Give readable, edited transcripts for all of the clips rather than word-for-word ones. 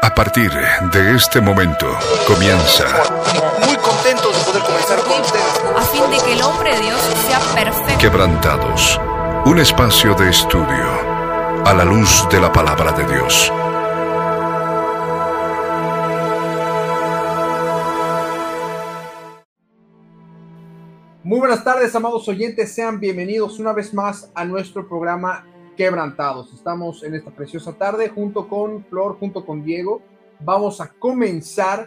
A partir de este momento comienza. Muy contentos de poder comenzar con ustedes. A fin de que el hombre de Dios sea perfecto. Quebrantados. Un espacio de estudio a la luz de la palabra de Dios. Muy buenas tardes, amados oyentes. Sean bienvenidos una vez más a nuestro programa Quebrantados. Estamos en esta preciosa tarde junto con Flor, junto con Diego. Vamos a comenzar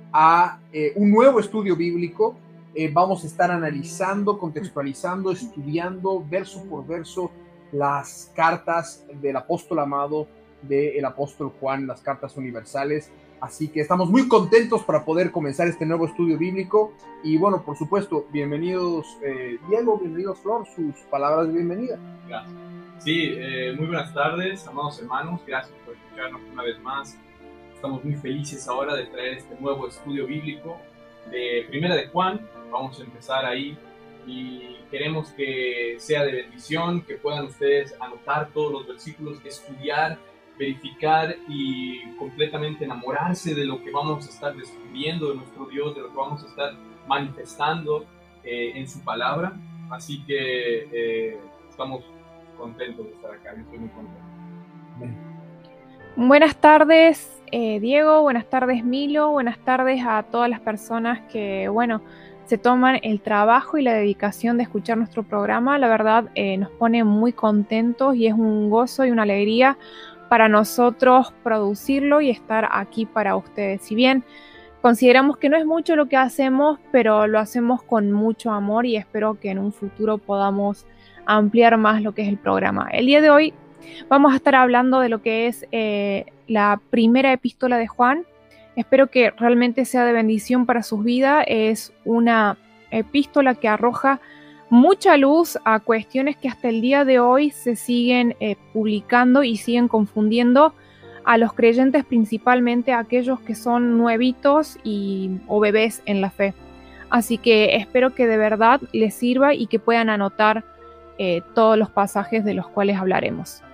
un nuevo estudio bíblico. Vamos a estar analizando, contextualizando, estudiando verso por verso las cartas del apóstol amado, del apóstol Juan, las cartas universales. Así que estamos muy contentos para poder comenzar este nuevo estudio bíblico. Y bueno, por supuesto, bienvenidos Diego, bienvenidos Flor, sus palabras de bienvenida. Gracias. Sí, muy buenas tardes, amados hermanos, gracias por escucharnos una vez más. Estamos muy felices ahora de traer este nuevo estudio bíblico de Primera de Juan. Vamos a empezar ahí y queremos que sea de bendición, que puedan ustedes anotar todos los versículos, estudiar, verificar y completamente enamorarse de lo que vamos a estar descubriendo de nuestro Dios, de lo que vamos a estar manifestando en su palabra. Así que estamos contentos de estar acá, yo estoy muy contento. Buenas tardes Diego, buenas tardes Milo, buenas tardes a todas las personas que, se toman el trabajo y la dedicación de escuchar nuestro programa. La verdad nos pone muy contentos y es un gozo y una alegría para nosotros producirlo y estar aquí para ustedes. Si bien consideramos que no es mucho lo que hacemos, pero lo hacemos con mucho amor y espero que en un futuro podamos ampliar más lo que es el programa. El día de hoy vamos a estar hablando de lo que es la primera epístola de Juan. Espero que realmente sea de bendición para sus vidas. Es una epístola que arroja mucha luz a cuestiones que hasta el día de hoy se siguen publicando y siguen confundiendo a los creyentes, principalmente a aquellos que son nuevitos o bebés en la fe. Así que espero que de verdad les sirva y que puedan anotar todos los pasajes de los cuales hablaremos.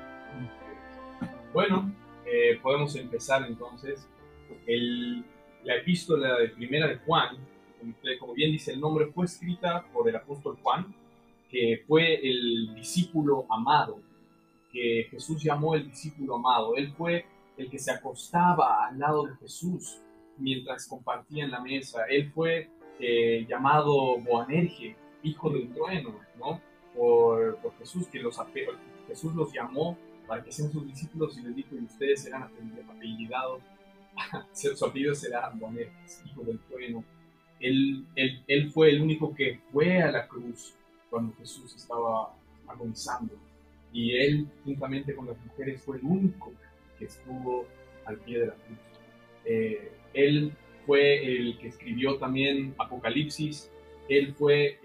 Bueno, podemos empezar entonces. La epístola de Primera de Juan, como bien dice el nombre, fue escrita por el apóstol Juan, que fue el discípulo amado, que Jesús llamó el discípulo amado. Él fue el que se acostaba al lado de Jesús mientras compartían la mesa. Él fue llamado Boanerge, hijo del trueno, ¿no? Por Jesús, Jesús los llamó para que sean sus discípulos y les dijo: y ustedes serán apellidados, su apellido será Boanerge, hijo del trueno. Él fue el único que fue a la cruz cuando Jesús estaba agonizando, y él, juntamente con las mujeres, fue el único que estuvo al pie de la cruz. Él fue el que escribió también Apocalipsis. Él fue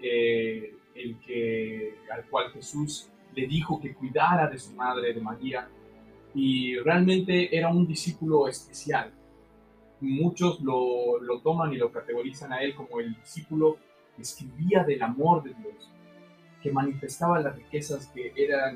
al cual Jesús le dijo que cuidara de su madre, de María, y realmente era un discípulo especial. Muchos lo toman y lo categorizan a él como el discípulo que escribía del amor de Dios, que manifestaba las riquezas que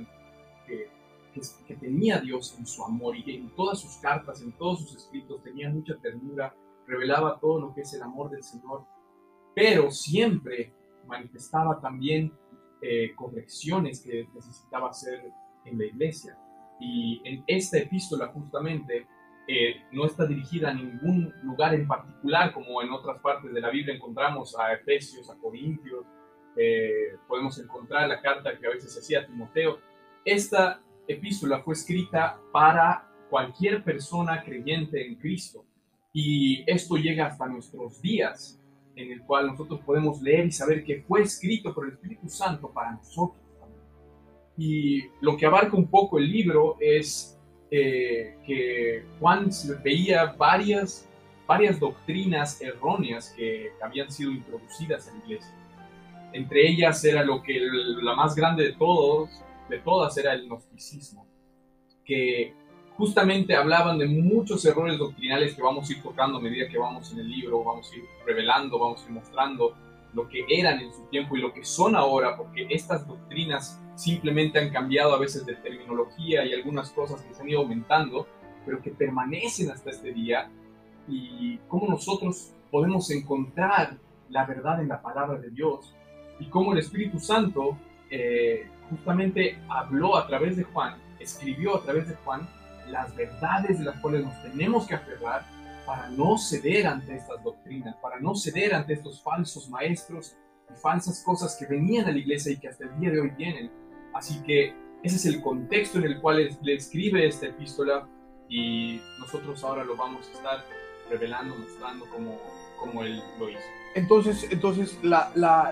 tenía Dios en su amor, y que en todas sus cartas, en todos sus escritos tenía mucha ternura, revelaba todo lo que es el amor del Señor, pero siempre manifestaba también correcciones que necesitaba hacer en la iglesia. Y en esta epístola justamente no está dirigida a ningún lugar en particular, como en otras partes de la Biblia encontramos a Efesios, a Corintios, podemos encontrar la carta que a veces se hacía a Timoteo. Esta epístola fue escrita para cualquier persona creyente en Cristo, y esto llega hasta nuestros días, en el cual nosotros podemos leer y saber que fue escrito por el Espíritu Santo para nosotros también. Y lo que abarca un poco el libro es que Juan veía varias doctrinas erróneas que habían sido introducidas en la iglesia. Entre ellas era la más grande de todas era el gnosticismo, que justamente hablaban de muchos errores doctrinales que vamos a ir tocando a medida que vamos en el libro, vamos a ir revelando, vamos a ir mostrando lo que eran en su tiempo y lo que son ahora, porque estas doctrinas simplemente han cambiado a veces de terminología y algunas cosas que se han ido aumentando, pero que permanecen hasta este día, y cómo nosotros podemos encontrar la verdad en la palabra de Dios, y cómo el Espíritu Santo justamente habló a través de Juan, escribió a través de Juan las verdades de las cuales nos tenemos que aferrar para no ceder ante estas doctrinas, para no ceder ante estos falsos maestros y falsas cosas que venían a la iglesia y que hasta el día de hoy vienen. Así que ese es el contexto en el cual le escribe esta epístola, y nosotros ahora lo vamos a estar revelando, mostrando como él lo hizo. Entonces las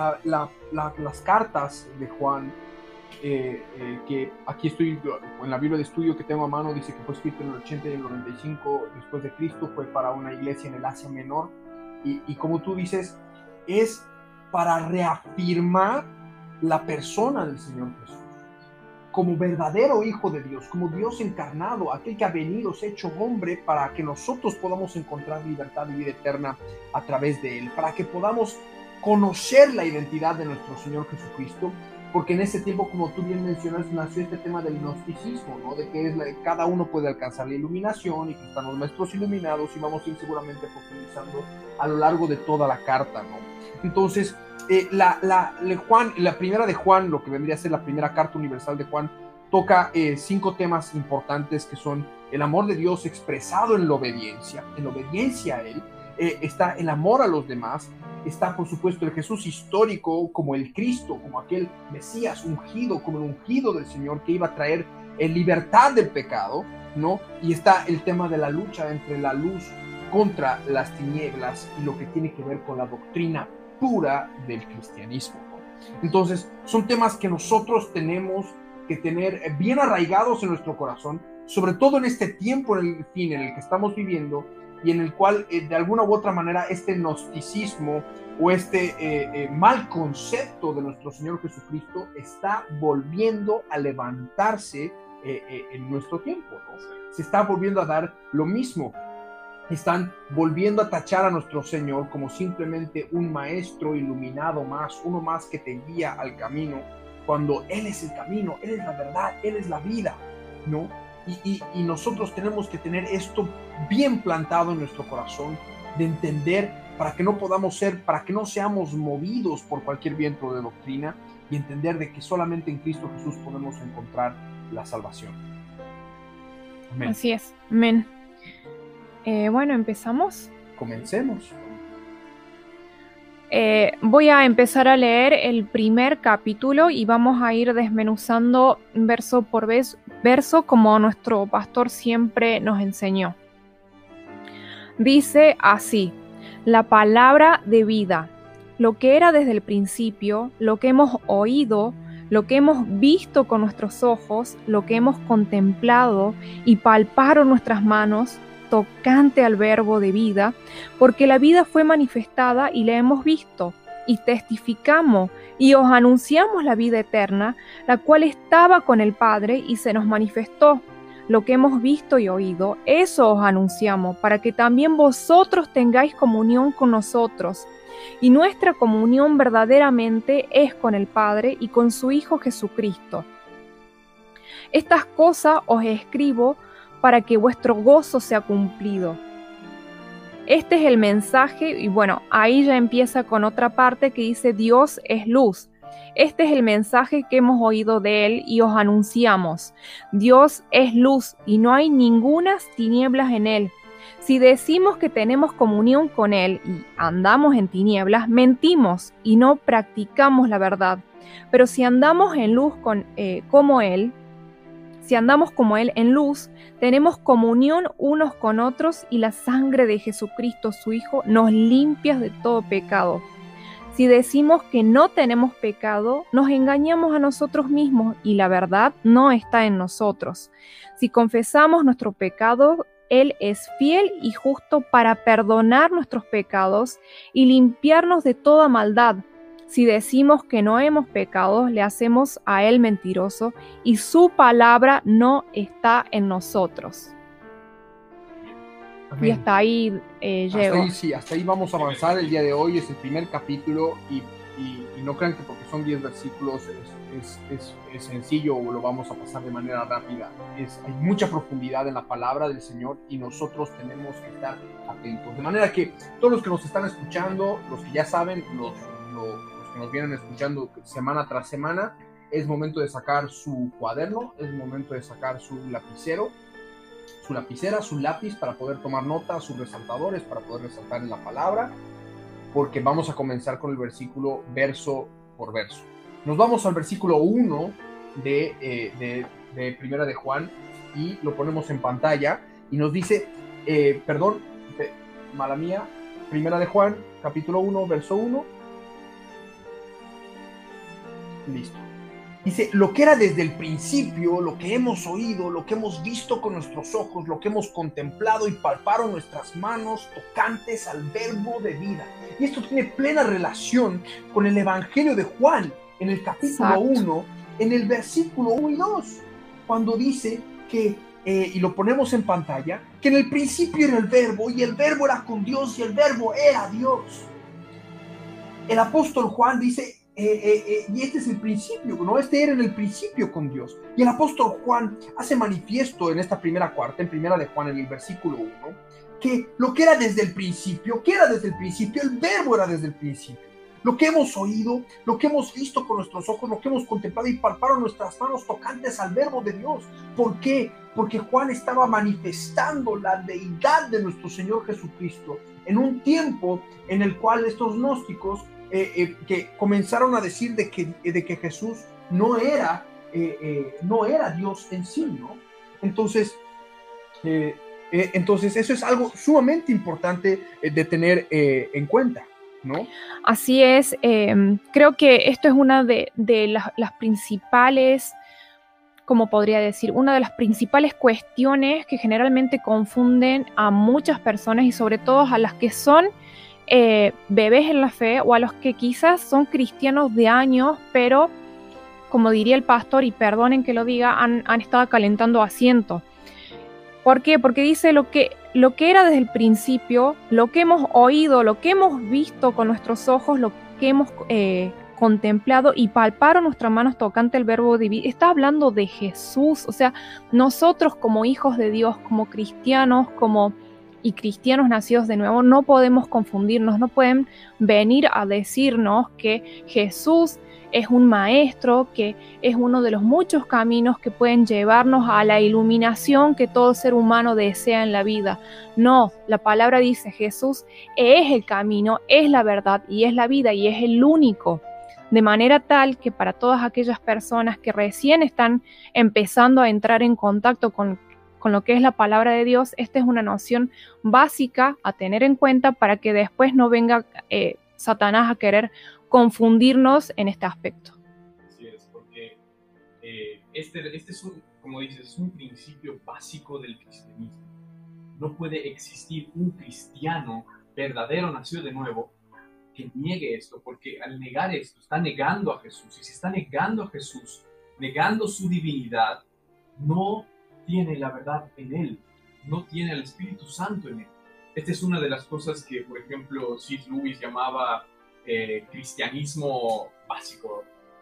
cartas de Juan, que aquí estoy en la Biblia de estudio que tengo a mano, dice que fue escrito en el 80 y el 95 después de Cristo, fue para una iglesia en el Asia Menor, y como tú dices, es para reafirmar la persona del Señor Jesús como verdadero Hijo de Dios, como Dios encarnado, aquel que ha venido, se ha hecho hombre para que nosotros podamos encontrar libertad y vida eterna a través de Él, para que podamos conocer la identidad de nuestro Señor Jesucristo, porque en ese tiempo, como tú bien mencionas, nació este tema del gnosticismo, ¿no? De que cada uno puede alcanzar la iluminación y que están los maestros iluminados, y vamos a ir seguramente profundizando a lo largo de toda la carta, ¿no? Entonces, la primera de Juan, lo que vendría a ser la primera carta universal de Juan, toca 5 temas importantes, que son el amor de Dios expresado en la obediencia a Él, está el amor a los demás, está por supuesto el Jesús histórico como el Cristo, como aquel Mesías ungido, como el ungido del Señor que iba a traer libertad del pecado, ¿no? Y está el tema de la lucha entre la luz contra las tinieblas y lo que tiene que ver con la doctrina pura del cristianismo, ¿no? Entonces, son temas que nosotros tenemos que tener bien arraigados en nuestro corazón, sobre todo en este tiempo en el que estamos viviendo, y en el cual de alguna u otra manera este gnosticismo o este mal concepto de nuestro Señor Jesucristo está volviendo a levantarse en nuestro tiempo, ¿no? Se está volviendo a dar lo mismo. Están volviendo a tachar a nuestro Señor como simplemente un maestro iluminado más, uno más que te guía al camino, cuando Él es el camino, Él es la verdad, Él es la vida, ¿no? Y nosotros tenemos que tener esto bien plantado en nuestro corazón, de entender, para que no seamos movidos por cualquier viento de doctrina, y entender de que solamente en Cristo Jesús podemos encontrar la salvación. Amén. Así es, amén. Bueno, ¿empezamos? Comencemos. Voy a empezar a leer el primer capítulo y vamos a ir desmenuzando verso por verso como nuestro pastor siempre nos enseñó. Dice así: la palabra de vida, lo que era desde el principio, lo que hemos oído, lo que hemos visto con nuestros ojos, lo que hemos contemplado y palparon nuestras manos, tocante al verbo de vida, porque la vida fue manifestada y la hemos visto, y testificamos y os anunciamos la vida eterna, la cual estaba con el Padre y se nos manifestó. Lo que hemos visto y oído, eso os anunciamos, para que también vosotros tengáis comunión con nosotros. Y nuestra comunión verdaderamente es con el Padre y con su Hijo Jesucristo. Estas cosas os escribo para que vuestro gozo sea cumplido. Este es el mensaje, y bueno, ahí ya empieza con otra parte que dice: Dios es luz. Este es el mensaje que hemos oído de Él y os anunciamos. Dios es luz y no hay ningunas tinieblas en Él. Si decimos que tenemos comunión con Él y andamos en tinieblas, mentimos y no practicamos la verdad. Pero si andamos en luz como Él en luz, tenemos comunión unos con otros, y la sangre de Jesucristo, su Hijo, nos limpia de todo pecado. Si decimos que no tenemos pecado, nos engañamos a nosotros mismos y la verdad no está en nosotros. Si confesamos nuestro pecado, Él es fiel y justo para perdonar nuestros pecados y limpiarnos de toda maldad. Si decimos que no hemos pecado, le hacemos a Él mentiroso y su palabra no está en nosotros. Amén. Y hasta ahí llego. Hasta ahí vamos a avanzar el día de hoy. Es el primer capítulo, y y no crean que porque son 10 versículos es sencillo o lo vamos a pasar de manera rápida. Hay mucha profundidad en la palabra del Señor y nosotros tenemos que estar atentos. De manera que todos los que nos están escuchando, los que ya saben, los que nos vienen escuchando semana tras semana, es momento de sacar su cuaderno, es momento de sacar su lapicero, su lapicera, su lápiz para poder tomar nota, sus resaltadores para poder resaltar en la palabra, porque vamos a comenzar con el versículo verso por verso. Nos vamos al versículo 1 de Primera de Juan y lo ponemos en pantalla y nos dice, mala mía, Primera de Juan, capítulo 1, verso 1. Listo. Dice, lo que era desde el principio, lo que hemos oído, lo que hemos visto con nuestros ojos, lo que hemos contemplado y palparon nuestras manos tocantes al verbo de vida. Y esto tiene plena relación con el Evangelio de Juan, en el capítulo 1, en el versículo 1 y 2, cuando dice que, y lo ponemos en pantalla, que en el principio era el verbo, y el verbo era con Dios, y el verbo era Dios. El apóstol Juan dice, y este es el principio, ¿no? Este era en el principio con Dios. Y el apóstol Juan hace manifiesto en esta primera cuarta, en Primera de Juan, en el versículo 1, que lo que era desde el principio, el verbo era desde el principio. Lo que hemos oído, lo que hemos visto con nuestros ojos, lo que hemos contemplado y palparon nuestras manos tocantes al verbo de Dios. ¿Por qué? Porque Juan estaba manifestando la deidad de nuestro Señor Jesucristo en un tiempo en el cual estos gnósticos que comenzaron a decir de que Jesús no era Dios en sí, ¿no? Entonces eso es algo sumamente importante de tener en cuenta, ¿no? Así es. Creo que esto es una de las principales, como podría decir, una de las principales cuestiones que generalmente confunden a muchas personas y sobre todo a las que son bebés en la fe o a los que quizás son cristianos de años, pero como diría el pastor, y perdonen que lo diga, han estado calentando asiento. ¿Por qué? Porque dice lo que era desde el principio, lo que hemos oído, lo que hemos visto con nuestros ojos, lo que hemos contemplado y palparon nuestras manos tocante el verbo divino. Está hablando de Jesús. O sea, nosotros como hijos de Dios, como cristianos, y cristianos nacidos de nuevo, no podemos confundirnos, no pueden venir a decirnos que Jesús es un maestro, que es uno de los muchos caminos que pueden llevarnos a la iluminación que todo ser humano desea en la vida. No, la palabra dice Jesús es el camino, es la verdad y es la vida y es el único. De manera tal que para todas aquellas personas que recién están empezando a entrar en contacto con lo que es la palabra de Dios, esta es una noción básica a tener en cuenta para que después no venga Satanás a querer confundirnos en este aspecto. Así es, porque este es como dices, es un principio básico del cristianismo. No puede existir un cristiano verdadero nacido de nuevo que niegue esto, porque al negar esto está negando a Jesús, y si está negando a Jesús, negando su divinidad, no tiene la verdad en él, no tiene el Espíritu Santo en él. Esta es una de las cosas que, por ejemplo, C.S. Lewis llamaba cristianismo básico,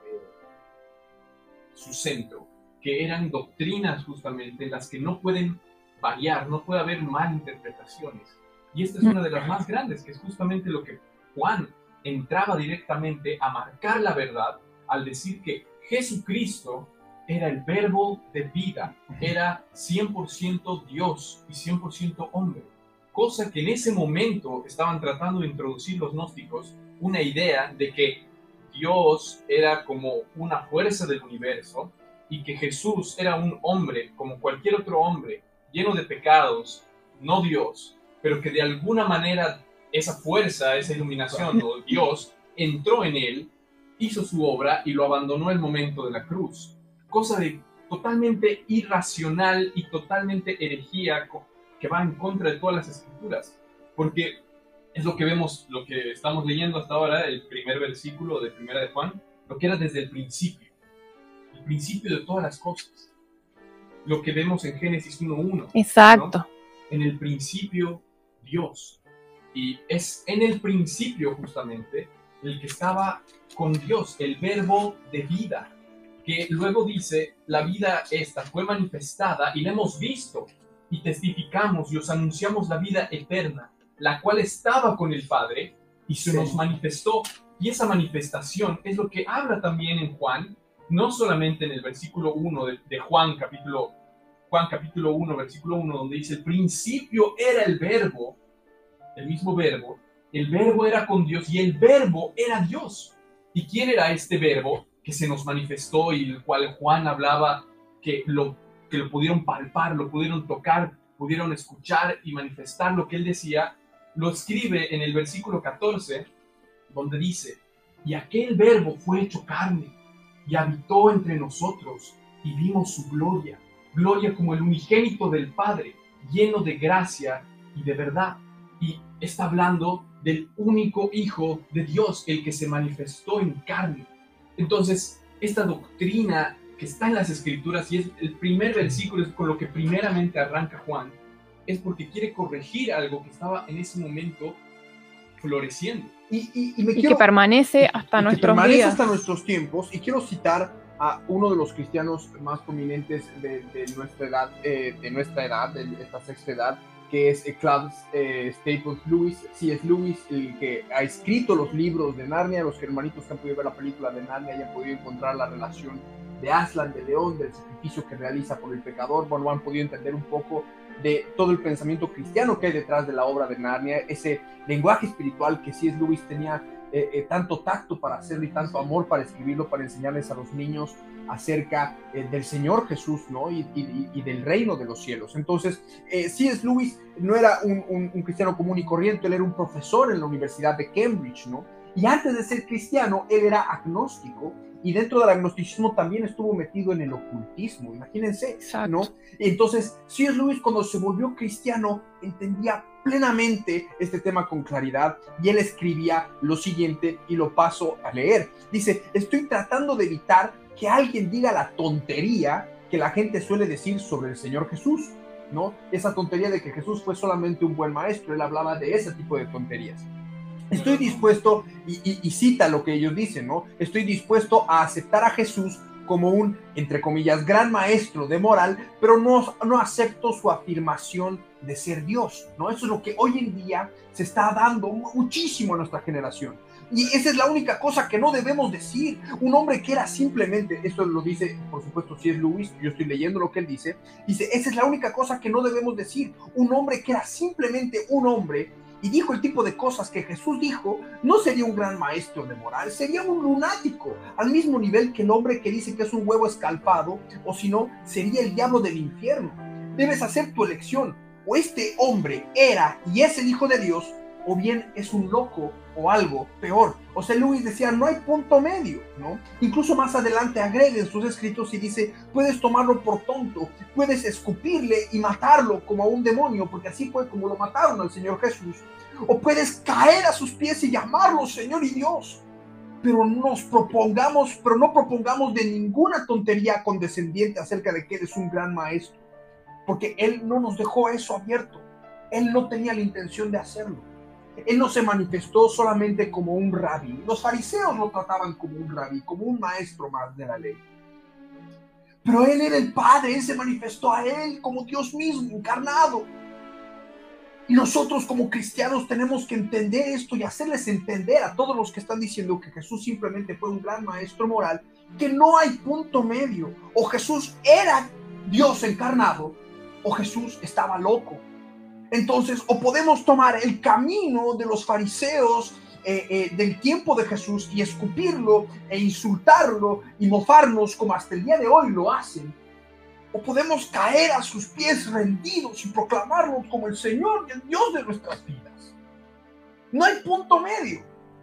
su centro, que eran doctrinas justamente en las que no pueden variar, no puede haber malinterpretaciones. Y esta es una de las más grandes, que es justamente lo que Juan entraba directamente a marcar la verdad al decir que Jesucristo era el verbo de vida, era 100% Dios y 100% hombre, cosa que en ese momento estaban tratando de introducir los gnósticos, una idea de que Dios era como una fuerza del universo y que Jesús era un hombre como cualquier otro hombre, lleno de pecados, no Dios, pero que de alguna manera esa fuerza, esa iluminación o Dios entró en él, hizo su obra y lo abandonó el momento de la cruz. Cosa de totalmente irracional y totalmente herejía que va en contra de todas las escrituras, porque es lo que vemos, lo que estamos leyendo hasta ahora, el primer versículo de Primera de Juan, lo que era desde el principio de todas las cosas, lo que vemos en Génesis 1:1. Exacto. ¿No? En el principio Dios, y es en el principio justamente el que estaba con Dios, el verbo de vida, que luego dice, la vida esta fue manifestada y la hemos visto y testificamos y os anunciamos la vida eterna, la cual estaba con el Padre y se nos manifestó. Y esa manifestación es lo que habla también en Juan, no solamente en el versículo 1 de Juan capítulo 1, versículo 1, donde dice, el principio era el verbo, el mismo verbo, el verbo era con Dios y el verbo era Dios. ¿Y quién era este verbo que se nos manifestó y el cual Juan hablaba que lo pudieron palpar, lo pudieron tocar, pudieron escuchar y manifestar lo que él decía? Lo escribe en el versículo 14, donde dice, y aquel verbo fue hecho carne y habitó entre nosotros y vimos su gloria, gloria como el unigénito del Padre, lleno de gracia y de verdad. Y está hablando del único Hijo de Dios, el que se manifestó en carne. Entonces, esta doctrina que está en las Escrituras, y es el primer versículo, es con lo que primeramente arranca Juan, es porque quiere corregir algo que estaba en ese momento floreciendo. Y que permanece hasta nuestros días. Hasta nuestros tiempos. Y quiero citar a uno de los cristianos más prominentes de nuestra edad, de esta sexta edad, que es Claude Staples Lewis, C.S. Lewis, el que ha escrito los libros de Narnia. Los hermanitos que han podido ver la película de Narnia y han podido encontrar la relación de Aslan, de León, del sacrificio que realiza por el pecador. Bueno, han podido entender un poco de todo el pensamiento cristiano que hay detrás de la obra de Narnia, ese lenguaje espiritual que C.S. Lewis tenía tanto tacto para hacerlo y tanto amor para escribirlo, para enseñarles a los niños acerca del Señor Jesús, ¿no? y del reino de los cielos. Entonces, C.S. Lewis no era un cristiano común y corriente, él era un profesor en la Universidad de Cambridge, ¿no? Y antes de ser cristiano, él era agnóstico, y dentro del agnosticismo también estuvo metido en el ocultismo, imagínense. Exacto. ¿No? Entonces, C.S. Lewis, cuando se volvió cristiano, entendía plenamente este tema con claridad, y él escribía lo siguiente, y lo paso a leer. Dice, estoy tratando de evitar que alguien diga la tontería que la gente suele decir sobre el Señor Jesús, ¿no? Esa tontería de que Jesús fue solamente un buen maestro. Él hablaba de ese tipo de tonterías. Estoy dispuesto, y cita lo que ellos dicen, ¿no? Estoy dispuesto a aceptar a Jesús como un, entre comillas, gran maestro de moral, pero no acepto su afirmación de ser Dios, ¿no? Eso es lo que hoy en día se está dando muchísimo a nuestra generación. Y esa es la única cosa que no debemos decir. Un hombre que era simplemente, esto lo dice, por supuesto, C.S. Lewis, yo estoy leyendo lo que él dice, esa es la única cosa que no debemos decir. Un hombre que era simplemente un hombre y dijo el tipo de cosas que Jesús dijo, no sería un gran maestro de moral, sería un lunático, al mismo nivel que el hombre que dice que es un huevo escalfado, o si no, sería el diablo del infierno. Debes hacer tu elección. O este hombre era y es el Hijo de Dios, o bien es un loco o algo peor. O sea, Lewis decía, no hay punto medio, ¿no? Incluso más adelante agrega en sus escritos y dice, puedes tomarlo por tonto, puedes escupirle y matarlo como a un demonio, porque así fue como lo mataron al Señor Jesús. O puedes caer a sus pies y llamarlo Señor y Dios. Pero no propongamos de ninguna tontería condescendiente acerca de que Él es un gran maestro, porque Él no nos dejó eso abierto. Él no tenía la intención de hacerlo. Él no se manifestó solamente como un rabí. Los fariseos lo trataban como un rabí, como un maestro más de la ley. Pero Él era el Padre, Él se manifestó a Él como Dios mismo, encarnado. Y nosotros como cristianos tenemos que entender esto y hacerles entender a todos los que están diciendo que Jesús simplemente fue un gran maestro moral, que no hay punto medio. O Jesús era Dios encarnado, o Jesús estaba loco. Entonces, o podemos tomar el camino de los fariseos del tiempo de Jesús y escupirlo e insultarlo y mofarnos como hasta el día de hoy lo hacen, o podemos caer a sus pies rendidos y proclamarlo como el Señor y el Dios de nuestras vidas. No hay punto medio.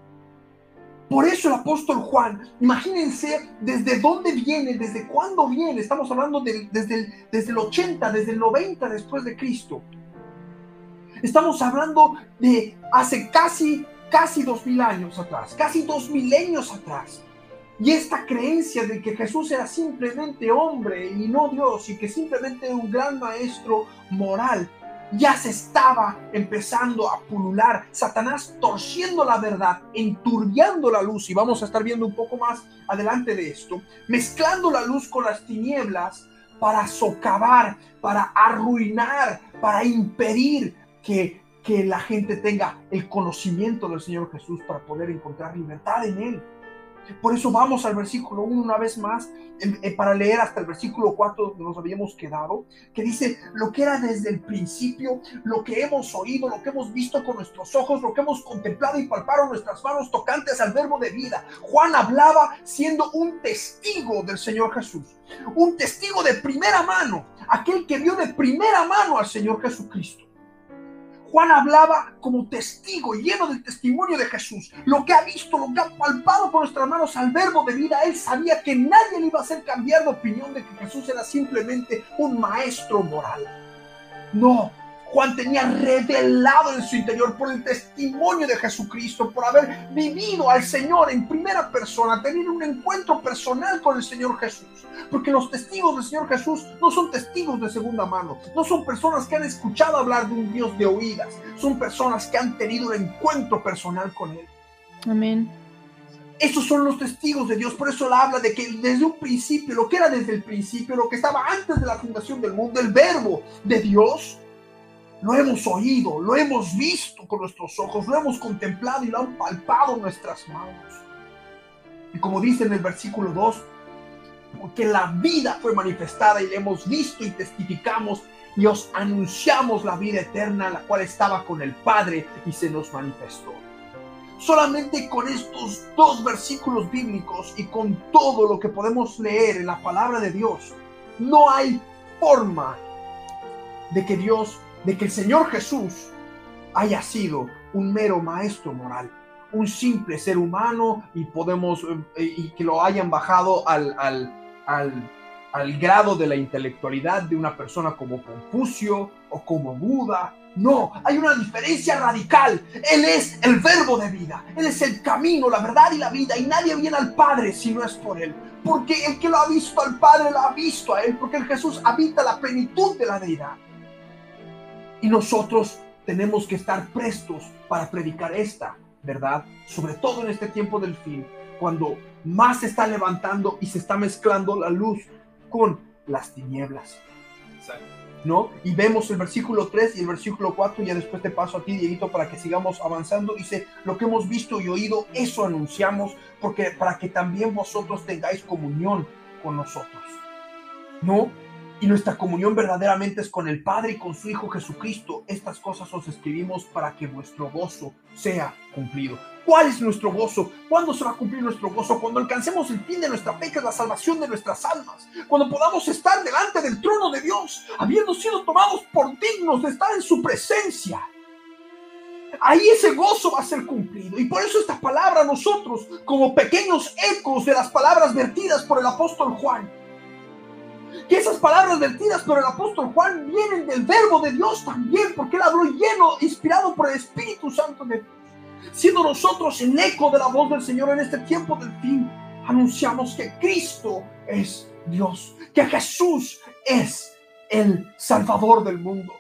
Por eso el apóstol Juan, imagínense desde dónde viene, desde cuándo viene. Estamos hablando desde el 80, desde el 90 después de Cristo. Estamos hablando de hace casi 2000 años atrás, casi 2 milenios atrás. Y esta creencia de que Jesús era simplemente hombre y no Dios, y que simplemente era un gran maestro moral, ya se estaba empezando a pulular, Satanás torciendo la verdad, enturbiando la luz, y vamos a estar viendo un poco más adelante de esto, mezclando la luz con las tinieblas para socavar, para arruinar, para impedir que la gente tenga el conocimiento del Señor Jesús para poder encontrar libertad en Él. Por eso vamos al versículo 1 una vez más, para leer hasta el versículo 4 donde nos habíamos quedado, que dice: lo que era desde el principio, lo que hemos oído, lo que hemos visto con nuestros ojos, lo que hemos contemplado y palparon nuestras manos tocantes al verbo de vida. Juan hablaba siendo un testigo del Señor Jesús, un testigo de primera mano, aquel que vio de primera mano al Señor Jesucristo. Juan hablaba como testigo, lleno del testimonio de Jesús. Lo que ha visto, lo que ha palpado con nuestras manos al verbo de vida, él sabía que nadie le iba a hacer cambiar de opinión de que Jesús era simplemente un maestro moral. No, Juan tenía revelado en su interior por el testimonio de Jesucristo, por haber vivido al Señor en primera persona, tener un encuentro personal con el Señor Jesús. Porque los testigos del Señor Jesús no son testigos de segunda mano, no son personas que han escuchado hablar de un Dios de oídas, son personas que han tenido un encuentro personal con Él. Amén. Esos son los testigos de Dios. Por eso él habla de que desde un principio, lo que era desde el principio, lo que estaba antes de la fundación del mundo, el verbo de Dios, lo hemos oído, lo hemos visto con nuestros ojos, lo hemos contemplado y lo han palpado en nuestras manos. Y como dice en el versículo 2, porque la vida fue manifestada y la hemos visto y testificamos y os anunciamos la vida eterna, la cual estaba con el Padre y se nos manifestó. Solamente con estos dos versículos bíblicos y con todo lo que podemos leer en la palabra de Dios, no hay forma de que el Señor Jesús haya sido un mero maestro moral, un simple ser humano y que lo hayan bajado al grado de la intelectualidad de una persona como Confucio o como Buda. No, hay una diferencia radical. Él es el verbo de vida, Él es el camino, la verdad y la vida, y nadie viene al Padre si no es por Él, porque el que lo ha visto al Padre lo ha visto a Él, porque el Jesús habita la plenitud de la deidad. Y nosotros tenemos que estar prestos para predicar esta verdad, sobre todo en este tiempo del fin, cuando más se está levantando y se está mezclando la luz con las tinieblas. ¿No? Y vemos el versículo 3 y el versículo 4, y ya después te paso a ti, Dieguito, para que sigamos avanzando. Dice: lo que hemos visto y oído, eso anunciamos, para que también vosotros tengáis comunión con nosotros, ¿no? Y nuestra comunión verdaderamente es con el Padre y con su Hijo Jesucristo. Estas cosas os escribimos para que vuestro gozo sea cumplido. ¿Cuál es nuestro gozo? ¿Cuándo se va a cumplir nuestro gozo? Cuando alcancemos el fin de nuestra fe, que es la salvación de nuestras almas. Cuando podamos estar delante del trono de Dios, habiendo sido tomados por dignos de estar en su presencia. Ahí ese gozo va a ser cumplido. Y por eso esta palabra, nosotros, como pequeños ecos de las palabras vertidas por el apóstol Juan, que esas palabras vertidas por el apóstol Juan vienen del verbo de Dios también, porque él habló lleno, inspirado por el Espíritu Santo de Dios. Siendo nosotros el eco de la voz del Señor en este tiempo del fin, anunciamos que Cristo es Dios, que Jesús es el Salvador del mundo,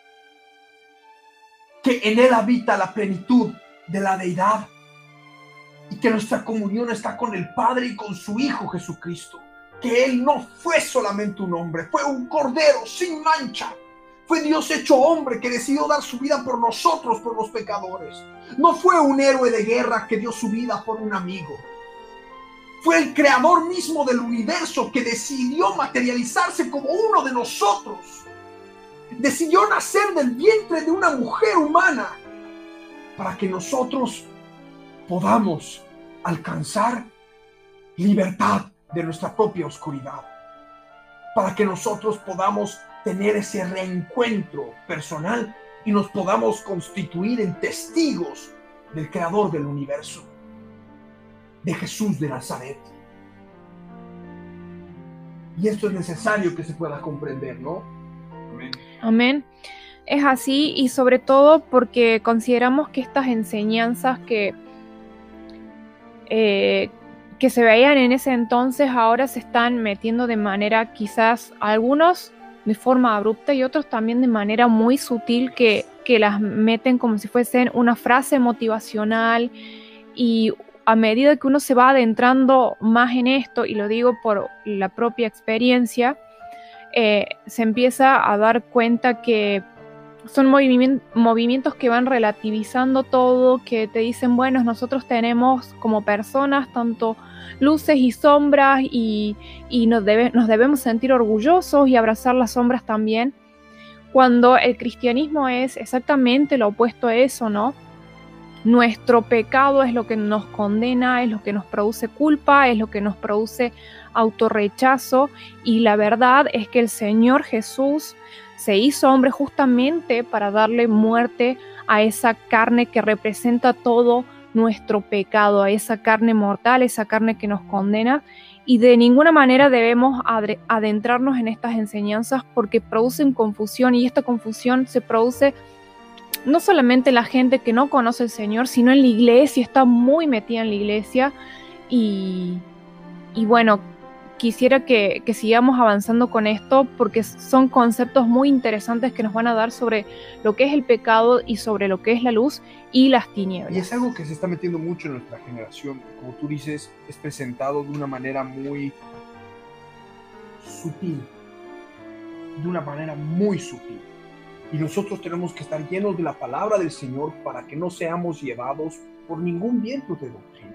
que en Él habita la plenitud de la deidad y que nuestra comunión está con el Padre y con su Hijo Jesucristo. Que Él no fue solamente un hombre, fue un cordero sin mancha. Fue Dios hecho hombre que decidió dar su vida por nosotros, por los pecadores. No fue un héroe de guerra que dio su vida por un amigo. Fue el creador mismo del universo que decidió materializarse como uno de nosotros. Decidió nacer del vientre de una mujer humana para que nosotros podamos alcanzar libertad de nuestra propia oscuridad, para que nosotros podamos tener ese reencuentro personal y nos podamos constituir en testigos del Creador del universo, de Jesús de Nazaret. Y esto es necesario que se pueda comprender, ¿no? Amén. Amén. Es así, y sobre todo porque consideramos que estas enseñanzas que se veían en ese entonces ahora se están metiendo de manera, quizás algunos de forma abrupta y otros también de manera muy sutil que las meten como si fuesen una frase motivacional, y a medida que uno se va adentrando más en esto, y lo digo por la propia experiencia, se empieza a dar cuenta que son movimientos que van relativizando todo, que te dicen, bueno, nosotros tenemos como personas tanto luces y sombras, y nos debemos sentir orgullosos y abrazar las sombras también, cuando el cristianismo es exactamente lo opuesto a eso, ¿no? Nuestro pecado es lo que nos condena, es lo que nos produce culpa, es lo que nos produce autorrechazo, y la verdad es que el Señor Jesús se hizo hombre justamente para darle muerte a esa carne que representa todo nuestro pecado, a esa carne mortal, esa carne que nos condena, y de ninguna manera debemos adentrarnos en estas enseñanzas porque producen confusión, y esta confusión se produce no solamente en la gente que no conoce al Señor, sino en la iglesia, está muy metida en la iglesia, y bueno, quisiera que sigamos avanzando con esto porque son conceptos muy interesantes que nos van a dar sobre lo que es el pecado y sobre lo que es la luz y las tinieblas. Y es algo que se está metiendo mucho en nuestra generación. Como tú dices, es presentado de una manera muy sutil. De una manera muy sutil. Y nosotros tenemos que estar llenos de la palabra del Señor para que no seamos llevados por ningún viento de doctrina.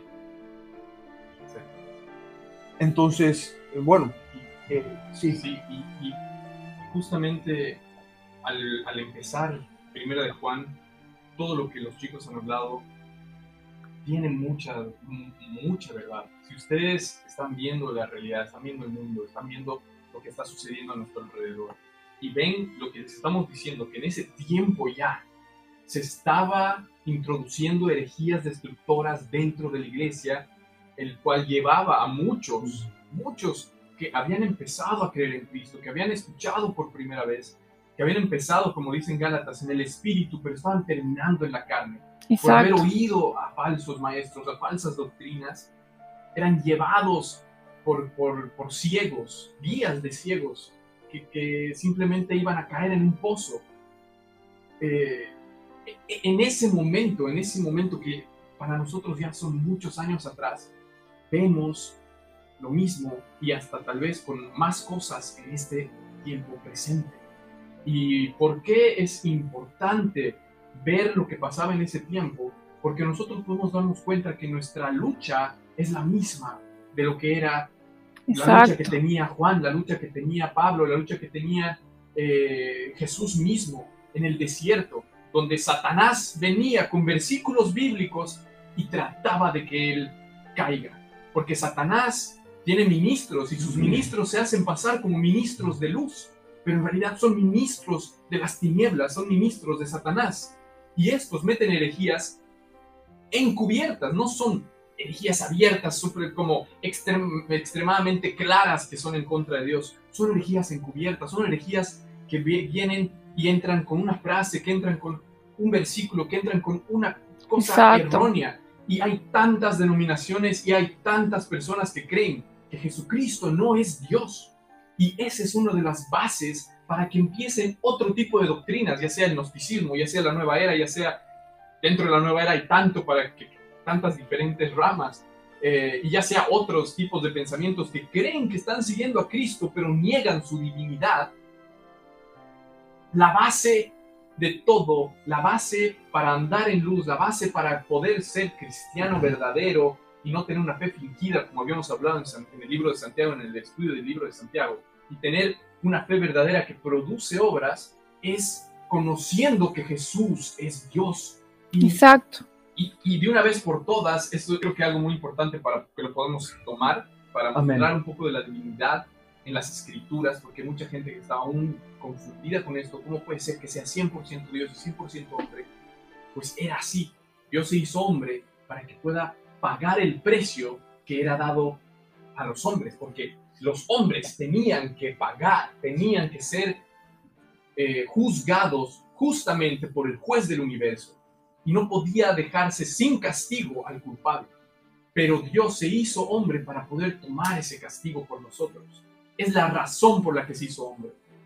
Entonces, bueno, sí. Y justamente al empezar Primera de Juan, todo lo que los chicos han hablado tiene mucha verdad. Si ustedes están viendo la realidad, están viendo el mundo, están viendo lo que está sucediendo a nuestro alrededor, y ven lo que les estamos diciendo, que en ese tiempo ya se estaba introduciendo herejías destructoras dentro de la iglesia, el cual llevaba a muchos que habían empezado a creer en Cristo, que habían escuchado por primera vez, que habían empezado, como dicen Gálatas, en el espíritu, pero estaban terminando en la carne. Exacto. Por haber oído a falsos maestros, a falsas doctrinas, eran llevados por ciegos, guías de ciegos, que simplemente iban a caer en un pozo. En ese momento que para nosotros ya son muchos años atrás, vemos lo mismo y hasta tal vez con más cosas en este tiempo presente. ¿Y por qué es importante ver lo que pasaba en ese tiempo? Porque nosotros podemos darnos cuenta que nuestra lucha es la misma de lo que era la lucha que tenía Juan, la lucha que tenía Pablo, la lucha que tenía Jesús mismo en el desierto, donde Satanás venía con versículos bíblicos y trataba de que él caiga. Porque Satanás tiene ministros y sus ministros se hacen pasar como ministros de luz, pero en realidad son ministros de las tinieblas, son ministros de Satanás. Y estos meten herejías encubiertas, no son herejías abiertas, como extremadamente claras que son en contra de Dios. Son herejías encubiertas, son herejías que vienen y entran con una frase, que entran con un versículo, que entran con una cosa errónea. Y hay tantas denominaciones y hay tantas personas que creen que Jesucristo no es Dios. Y esa es una de las bases para que empiecen otro tipo de doctrinas, ya sea el gnosticismo, ya sea la nueva era, ya sea dentro de la nueva era hay tantas diferentes ramas, y ya sea otros tipos de pensamientos que creen que están siguiendo a Cristo, pero niegan su divinidad. La base de todo, la base para andar en luz, la base para poder ser cristiano verdadero y no tener una fe fingida, como habíamos hablado en el libro de Santiago, en el estudio del libro de Santiago, y tener una fe verdadera que produce obras, es conociendo que Jesús es Dios. Exacto. Y de una vez por todas, esto creo que es algo muy importante para que lo podamos tomar, para mostrar un poco de la divinidad en las escrituras, porque hay mucha gente que está aún confundida con esto. ¿Cómo puede ser que sea 100% Dios y 100% hombre? Pues era así. Dios se hizo hombre para que pueda pagar el precio que era dado a los hombres, porque los hombres tenían que pagar, tenían que ser juzgados justamente por el juez del universo, y no podía dejarse sin castigo al culpable. Pero Dios se hizo hombre para poder tomar ese castigo por nosotros. Es la razón por la que se hizo hombre.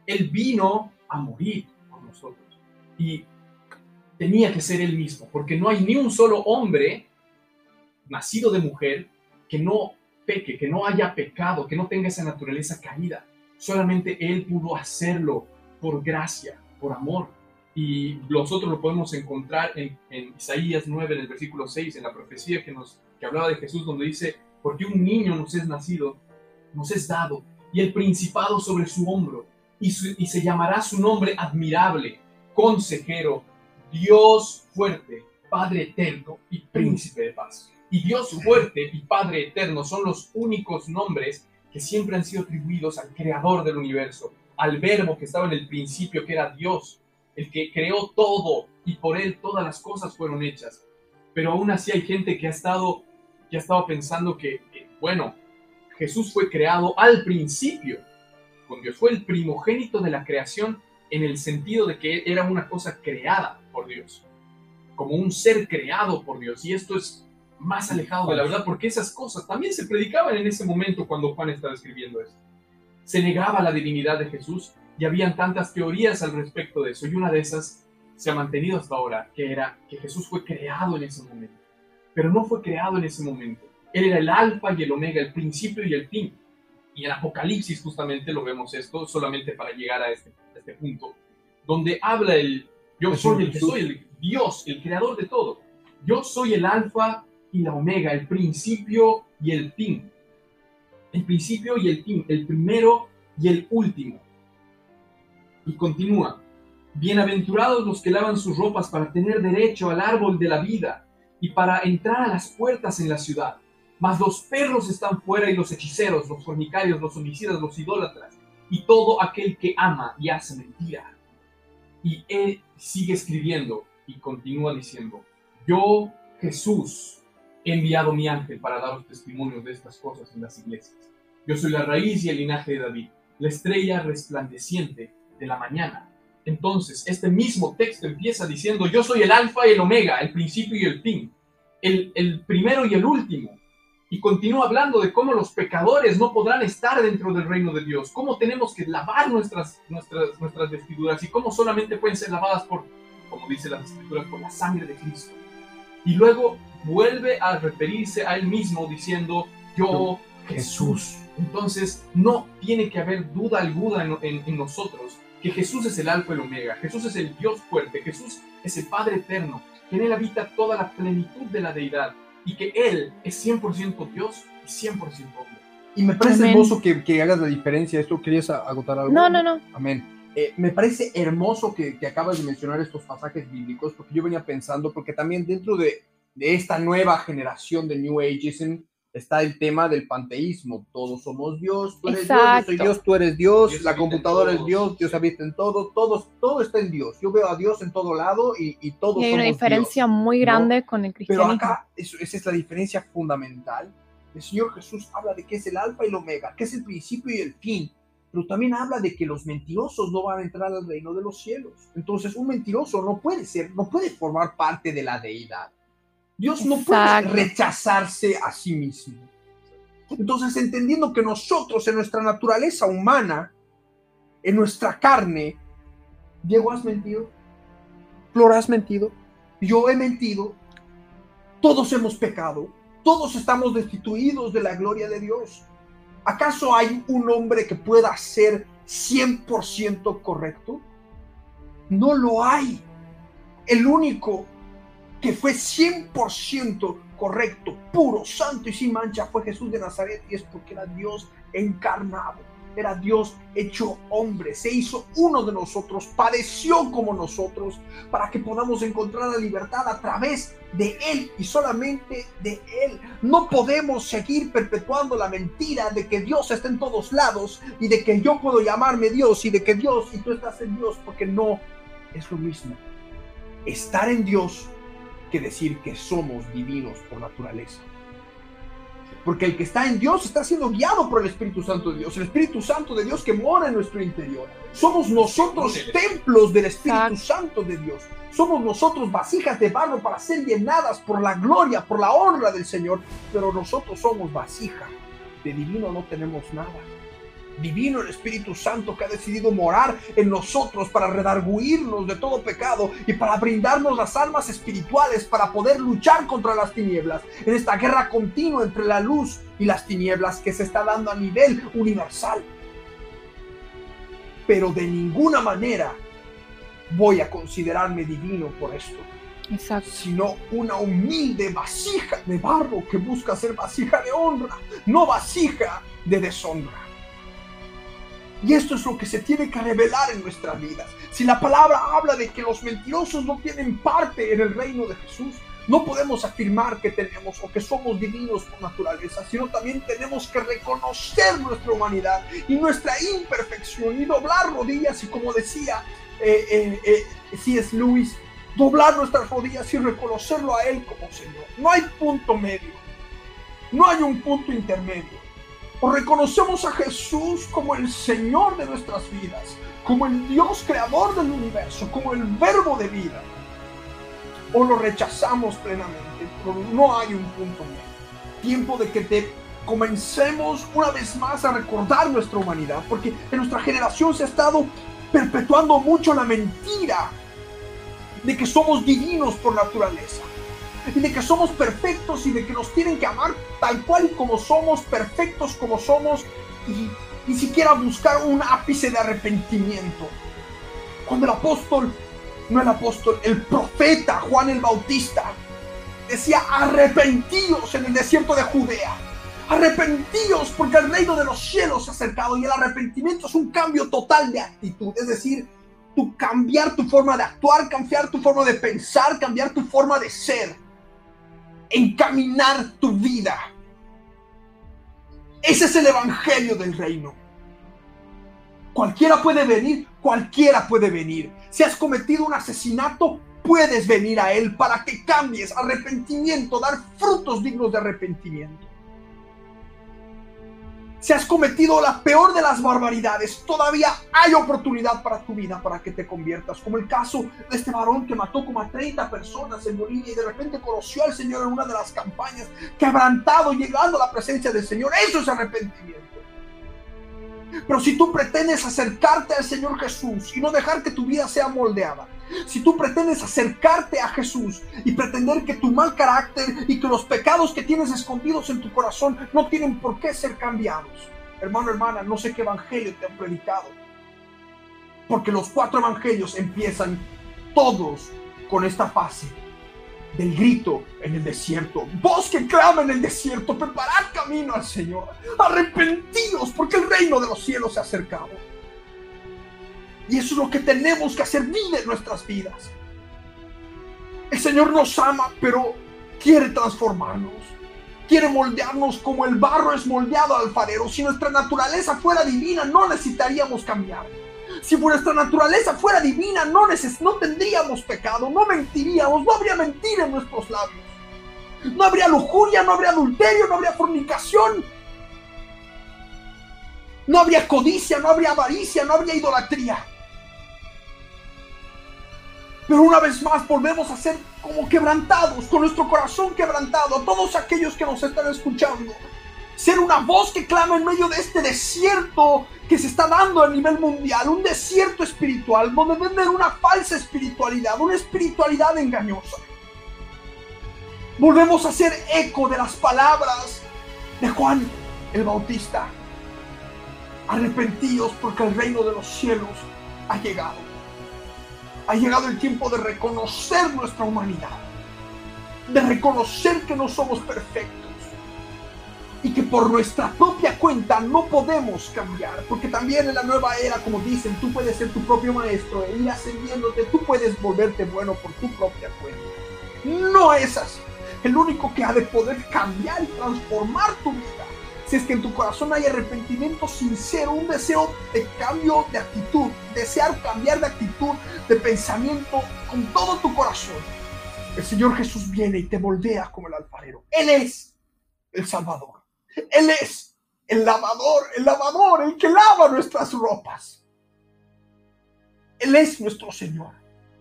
Él vino a morir por nosotros. Y tenía que ser Él mismo, porque no hay ni un solo hombre nacido de mujer que no peque, que no haya pecado, que no tenga esa naturaleza caída. Solamente Él pudo hacerlo por gracia, por amor. Y nosotros lo podemos encontrar en Isaías 9, en el versículo 6, en la profecía que hablaba de Jesús, donde dice: porque un niño nos es nacido, nos es dado, y el principado sobre su hombro, y se llamará su nombre admirable, consejero, Dios fuerte, Padre eterno y príncipe de paz. Y Dios fuerte y Padre eterno son los únicos nombres que siempre han sido atribuidos al creador del universo, al verbo que estaba en el principio, que era Dios, el que creó todo, y por Él todas las cosas fueron hechas. Pero aún así hay gente que ha estado pensando que, bueno, Jesús fue creado al principio con Dios, fue el primogénito de la creación, en el sentido de que era una cosa creada por Dios, como un ser creado por Dios. Y esto es más alejado de la verdad, porque esas cosas también se predicaban en ese momento cuando Juan estaba escribiendo esto. Se negaba la divinidad de Jesús y habían tantas teorías al respecto de eso, y una de esas se ha mantenido hasta ahora, que era que Jesús fue creado en ese momento. Pero no fue creado en ese momento. Él era el alfa y el omega, el principio y el fin. Y en Apocalipsis justamente lo vemos esto, solamente para llegar a este punto, donde habla yo soy el que soy, el Dios, el creador de todo. Yo soy el alfa y la omega, el principio y el fin. El principio y el fin, el primero y el último. Y continúa: bienaventurados los que lavan sus ropas para tener derecho al árbol de la vida y para entrar a las puertas en la ciudad. Mas los perros están fuera, y los hechiceros, los fornicarios, los homicidas, los idólatras, y todo aquel que ama y hace mentira. Y él sigue escribiendo y continúa diciendo: yo, Jesús, he enviado mi ángel para daros testimonios de estas cosas en las iglesias. Yo soy la raíz y el linaje de David, la estrella resplandeciente de la mañana. Entonces, este mismo texto empieza diciendo: yo soy el alfa y el omega, el principio y el fin, el primero y el último. Y continúa hablando de cómo los pecadores no podrán estar dentro del reino de Dios, cómo tenemos que lavar nuestras vestiduras, y cómo solamente pueden ser lavadas por, como dice las Escrituras, por la sangre de Cristo. Y luego vuelve a referirse a él mismo diciendo: yo, Jesús. Entonces no tiene que haber duda alguna en nosotros que Jesús es el alfa y el omega, Jesús es el Dios fuerte, Jesús es el Padre eterno, que en él habita toda la plenitud de la deidad, y que Él es 100% Dios y 100% hombre. Y me parece hermoso que hagas la diferencia. ¿Esto querías agotar algo? No. Amén. Me parece hermoso que acabas de mencionar estos pasajes bíblicos, porque yo venía pensando, porque también dentro de esta nueva generación de New Ageism está el tema del panteísmo. Todos somos Dios, tú eres Dios, yo soy Dios, tú eres Dios, la computadora es Dios, Dios habita en todo, todo está en Dios. Yo veo a Dios en todo lado y todos somos Dios. Hay una diferencia muy grande, ¿no?, con el cristianismo. Pero acá, esa es la diferencia fundamental. El Señor Jesús habla de que es el alfa y el omega, que es el principio y el fin, pero también habla de que los mentirosos no van a entrar al reino de los cielos. Entonces, un mentiroso no puede formar parte de la deidad. Dios no puede rechazarse a sí mismo. Entonces, entendiendo que nosotros, en nuestra naturaleza humana, en nuestra carne, Diego, ¿has mentido? Flora, ¿has mentido? Yo he mentido. Todos hemos pecado. Todos estamos destituidos de la gloria de Dios. ¿Acaso hay un hombre que pueda ser 100% correcto? No lo hay. El único que fue 100% correcto, puro, santo y sin mancha fue Jesús de Nazaret, y es porque era Dios encarnado, era Dios hecho hombre, se hizo uno de nosotros, padeció como nosotros, para que podamos encontrar la libertad a través de Él y solamente de Él. No podemos seguir perpetuando la mentira de que Dios está en todos lados y de que yo puedo llamarme Dios y de que Dios y tú estás en Dios, porque no es lo mismo estar en Dios que decir que somos divinos por naturaleza. Porque el que está en Dios está siendo guiado por el Espíritu Santo de Dios, el Espíritu Santo de Dios que mora en nuestro interior. Somos nosotros templos del Espíritu Santo de Dios. Somos nosotros vasijas de barro para ser llenadas por la gloria, por la honra del Señor. Pero nosotros somos vasija. De divino no tenemos nada. divino, el Espíritu Santo que ha decidido morar en nosotros para redarguirnos de todo pecado y para brindarnos las armas espirituales para poder luchar contra las tinieblas en esta guerra continua entre la luz y las tinieblas que se está dando a nivel universal. Pero de ninguna manera voy a considerarme divino por esto. Exacto. Sino una humilde vasija de barro que busca ser vasija de honra, no vasija de deshonra. Y esto es lo que se tiene que revelar en nuestras vidas. Si la palabra habla de que los mentirosos no tienen parte en el reino de Jesús, no podemos afirmar que tenemos o que somos divinos por naturaleza, sino también tenemos que reconocer nuestra humanidad y nuestra imperfección y doblar rodillas y, como decía C.S. Lewis, doblar nuestras rodillas y reconocerlo a Él como Señor. No hay punto medio, no hay un punto intermedio. O reconocemos a Jesús como el Señor de nuestras vidas, como el Dios creador del universo, como el verbo de vida, o lo rechazamos plenamente, pero no hay un punto medio. Tiempo de que comencemos una vez más a recordar nuestra humanidad, porque en nuestra generación se ha estado perpetuando mucho la mentira de que somos divinos por naturaleza, y de que somos perfectos y de que nos tienen que amar tal cual y como somos, perfectos como somos, y ni siquiera buscar un ápice de arrepentimiento. Cuando el profeta Juan el Bautista decía: arrepentíos en el desierto de Judea, arrepentíos porque el reino de los cielos se ha acercado. Y el arrepentimiento es un cambio total de actitud, es decir, cambiar tu forma de actuar, cambiar tu forma de pensar, cambiar tu forma de ser, encaminar tu vida. Ese es el evangelio del reino. Cualquiera puede venir. Si has cometido un asesinato, puedes venir a Él para que cambies. Arrepentimiento, dar frutos dignos de arrepentimiento. Si has cometido la peor de las barbaridades, todavía hay oportunidad para tu vida, para que te conviertas. Como el caso de este varón que mató como a 30 personas en Bolivia y de repente conoció al Señor en una de las campañas, quebrantado, llegando a la presencia del Señor. Eso es arrepentimiento. Pero si tú pretendes acercarte al Señor Jesús y no dejar que tu vida sea moldeada, si tú pretendes acercarte a Jesús y pretender que tu mal carácter y que los pecados que tienes escondidos en tu corazón no tienen por qué ser cambiados, hermano, hermana, no sé qué evangelio te han predicado, porque los 4 evangelios empiezan todos con esta fase del grito en el desierto. Voz que clama en el desierto: preparad camino al Señor, arrepentíos porque el reino de los cielos se ha acercado. Y eso es lo que tenemos que hacer vida en nuestras vidas. El Señor nos ama, pero quiere transformarnos, quiere moldearnos como el barro es moldeado al alfarero. Si nuestra naturaleza fuera divina, no necesitaríamos cambiar. Si nuestra naturaleza fuera divina, no tendríamos pecado, no mentiríamos, no habría mentira en nuestros labios, no habría lujuria, no habría adulterio, no habría fornicación, no habría codicia, no habría avaricia, no habría idolatría. Pero una vez más volvemos a ser como quebrantados, con nuestro corazón quebrantado. A todos aquellos que nos están escuchando, ser una voz que clama en medio de este desierto que se está dando a nivel mundial, un desierto espiritual donde venden una falsa espiritualidad, una espiritualidad engañosa. Volvemos a hacer eco de las palabras de Juan el Bautista: arrepentíos porque el reino de los cielos ha llegado. Ha llegado el tiempo de reconocer nuestra humanidad, de reconocer que no somos perfectos y que por nuestra propia cuenta no podemos cambiar, porque también en la nueva era, como dicen, tú puedes ser tu propio maestro e ir ascendiéndote, tú puedes volverte bueno por tu propia cuenta. No es así. El único que ha de poder cambiar y transformar tu vida, si es que en tu corazón hay arrepentimiento sincero, un deseo de cambio de actitud, desear cambiar de actitud, de pensamiento con todo tu corazón, el Señor Jesús viene y te moldea como el alfarero. Él es el Salvador. Él es el lavador, el que lava nuestras ropas. Él es nuestro Señor.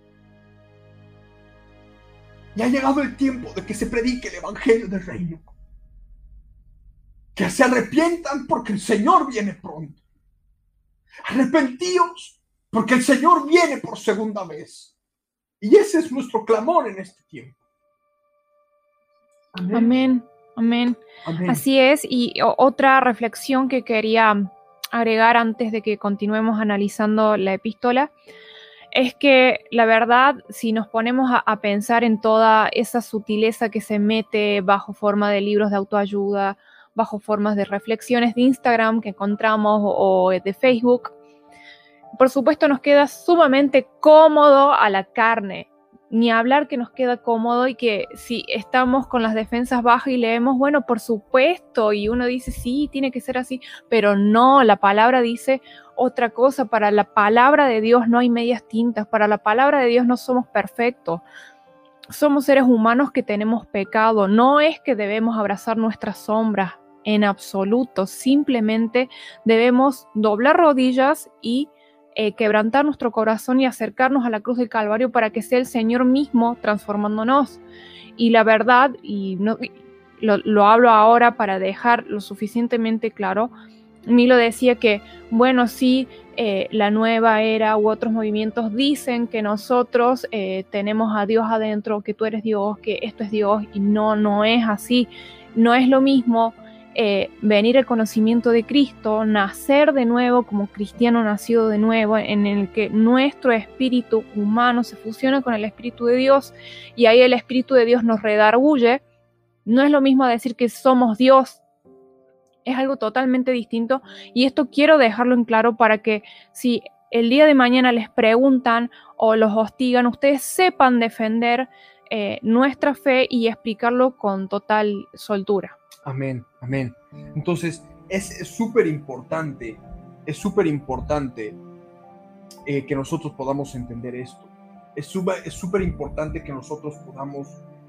Y ha llegado el tiempo de que se predique el evangelio del reino. Que se arrepientan porque el Señor viene pronto. Arrepentíos, porque el Señor viene por segunda vez. Y ese es nuestro clamor en este tiempo. Amén, amén. Amén. Así es. Y otra reflexión que quería agregar antes de que continuemos analizando la epístola es que la verdad, si nos ponemos a pensar en toda esa sutileza que se mete bajo forma de libros de autoayuda, bajo formas de reflexiones de Instagram que encontramos o de Facebook, por supuesto nos queda sumamente cómodo a la carne. Ni hablar que nos queda cómodo y que si estamos con las defensas bajas y leemos, bueno, por supuesto, y uno dice, sí, tiene que ser así, pero no, la palabra dice otra cosa. Para la palabra de Dios no hay medias tintas, para la palabra de Dios no somos perfectos. Somos seres humanos que tenemos pecado, no es que debemos abrazar nuestras sombras en absoluto, simplemente debemos doblar rodillas y quebrantar nuestro corazón y acercarnos a la cruz del Calvario para que sea el Señor mismo transformándonos. Y la verdad, y no, lo hablo ahora para dejar lo suficientemente claro, Milo decía que, bueno, sí, la nueva era u otros movimientos dicen que nosotros tenemos a Dios adentro, que tú eres Dios, que esto es Dios, y no es así. No es lo mismo venir al conocimiento de Cristo, nacer de nuevo como cristiano nacido de nuevo, en el que nuestro espíritu humano se fusiona con el Espíritu de Dios y ahí el Espíritu de Dios nos redarguye. No es lo mismo decir que somos Dios, es algo totalmente distinto, y esto quiero dejarlo en claro para que si el día de mañana les preguntan o los hostigan, ustedes sepan defender nuestra fe y explicarlo con total soltura. Amén, amén. Entonces, es súper importante que nosotros podamos entender esto. Es súper importante que nosotros podamos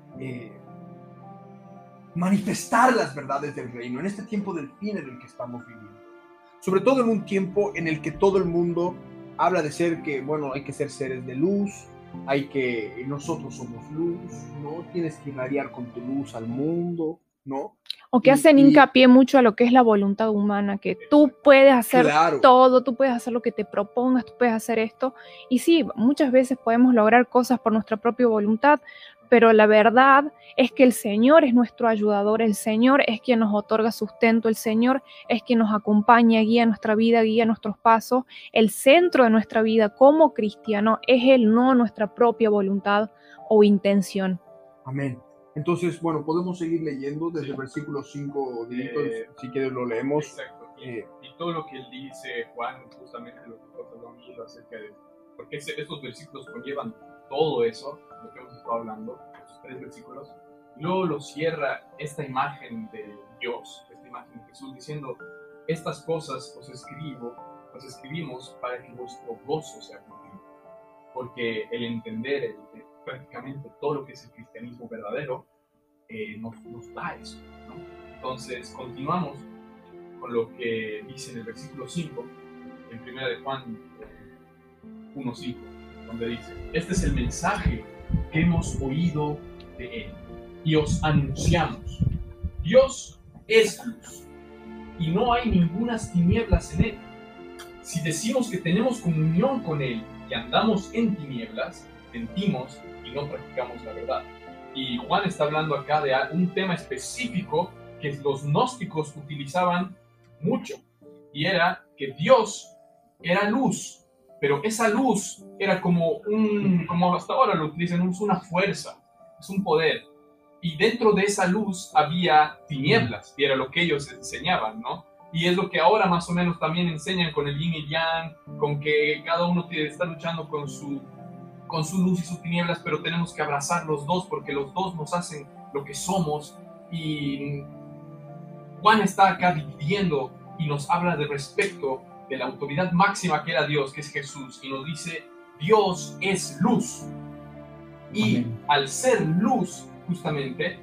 manifestar las verdades del reino en este tiempo del fin en el que estamos viviendo. Sobre todo en un tiempo en el que todo el mundo habla de hay que ser seres de luz, nosotros somos luz, ¿no? Tienes que irradiar con tu luz al mundo, ¿no? O que hacen hincapié mucho a lo que es la voluntad humana, que tú puedes hacer todo, tú puedes hacer lo que te propongas, tú puedes hacer esto. Y sí, muchas veces podemos lograr cosas por nuestra propia voluntad, pero la verdad es que el Señor es nuestro ayudador, el Señor es quien nos otorga sustento, el Señor es quien nos acompaña, guía nuestra vida, guía nuestros pasos. El centro de nuestra vida como cristiano es Él, no nuestra propia voluntad o intención. Amén. Entonces, bueno, podemos seguir leyendo desde el versículo 5, si quieres lo leemos. Exacto. Y todo lo que él dice, Juan, justamente lo que nosotros hablamos acerca de... Porque estos versículos conllevan todo eso, lo que hemos estado hablando, los 3 versículos. Y luego lo cierra esta imagen de Dios, esta imagen de Jesús, diciendo, estas cosas os escribimos para que vuestro gozo sea cumplido. Porque el entender prácticamente todo lo que es el cristianismo verdadero nos da eso, ¿no? Entonces continuamos con lo que dice en el versículo 5 en 1 de Juan 1:5, donde dice, este es el mensaje que hemos oído de Él y os anunciamos, Dios es luz y no hay ningunas tinieblas en Él. Si decimos que tenemos comunión con Él y andamos en tinieblas, mentimos y no practicamos la verdad. Y Juan está hablando acá de un tema específico que los gnósticos utilizaban mucho, y era que Dios era luz, pero esa luz era como hasta ahora lo utilizan, es una fuerza, es un poder, y dentro de esa luz había tinieblas, y era lo que ellos enseñaban, ¿no? Y es lo que ahora más o menos también enseñan con el yin y yang, con que cada uno está luchando con su luz y sus tinieblas, pero tenemos que abrazar los dos porque los dos nos hacen lo que somos. Y Juan está acá dividiendo y nos habla de respecto de la autoridad máxima que era Dios, que es Jesús, y nos dice, Dios es luz. Y amén. Al ser luz, justamente,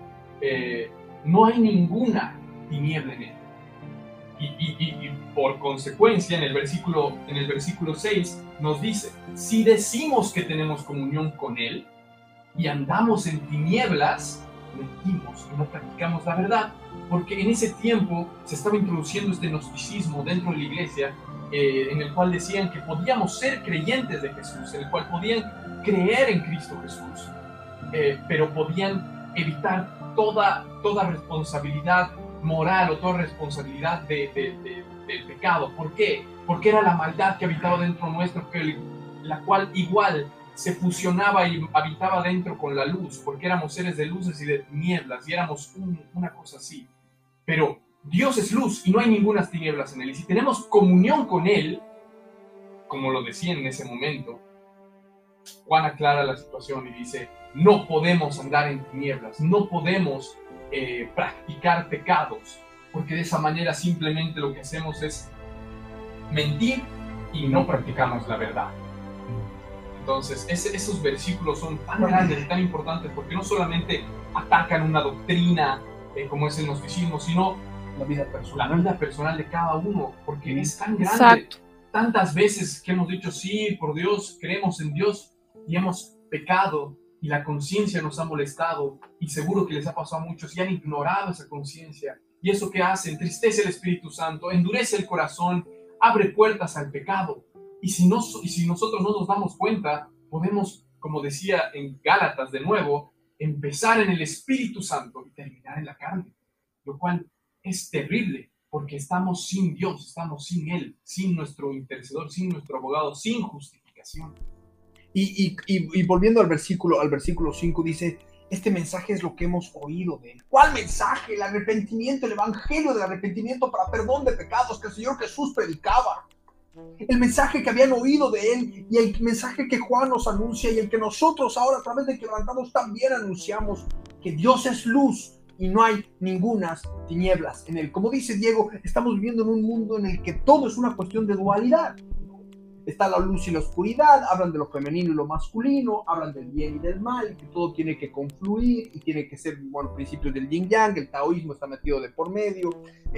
no hay ninguna tiniebla en él. Y por consecuencia, en el versículo 6 nos dice, si decimos que tenemos comunión con Él y andamos en tinieblas, mentimos y no practicamos la verdad, porque en ese tiempo se estaba introduciendo este gnosticismo dentro de la iglesia, en el cual decían que podíamos ser creyentes de Jesús, en el cual podían creer en Cristo Jesús, pero podían evitar toda responsabilidad moral o toda responsabilidad del pecado. ¿Por qué? Porque era la maldad que habitaba dentro nuestro, la cual igual se fusionaba y habitaba dentro con la luz, porque éramos seres de luces y de tinieblas, y éramos una cosa así. Pero Dios es luz y no hay ninguna tinieblas en Él. Y si tenemos comunión con Él, como lo decían en ese momento, Juan aclara la situación y dice, no podemos andar en tinieblas, no podemos practicar pecados, porque de esa manera simplemente lo que hacemos es mentir y no practicamos la verdad. Entonces, esos versículos son tan grandes y tan importantes porque no solamente atacan una doctrina como es el gnosticismo, sino la vida personal de cada uno, porque es tan grande. Exacto. Tantas veces que hemos dicho, sí, por Dios, creemos en Dios y hemos pecado y la conciencia nos ha molestado, y seguro que les ha pasado a muchos y han ignorado esa conciencia. ¿Y eso qué hace? Entristece el Espíritu Santo, endurece el corazón, abre puertas al pecado. Y si nosotros no nos damos cuenta, podemos, como decía en Gálatas de nuevo, empezar en el Espíritu Santo y terminar en la carne, lo cual es terrible, porque estamos sin Dios, estamos sin Él, sin nuestro intercesor, sin nuestro abogado, sin justificación. Y volviendo al versículo 5, dice, este mensaje es lo que hemos oído de Él. ¿Cuál mensaje? El arrepentimiento, el evangelio del arrepentimiento para perdón de pecados que el Señor Jesús predicaba. El mensaje que habían oído de Él y el mensaje que Juan nos anuncia y el que nosotros ahora a través de Quebrantados también anunciamos, que Dios es luz y no hay ningunas tinieblas en Él. Como dice Diego, estamos viviendo en un mundo en el que todo es una cuestión de dualidad. Está la luz y la oscuridad, hablan de lo femenino y lo masculino, hablan del bien y del mal, que todo tiene que confluir y tiene que ser, bueno, principios del yin yang. El taoísmo está metido de por medio,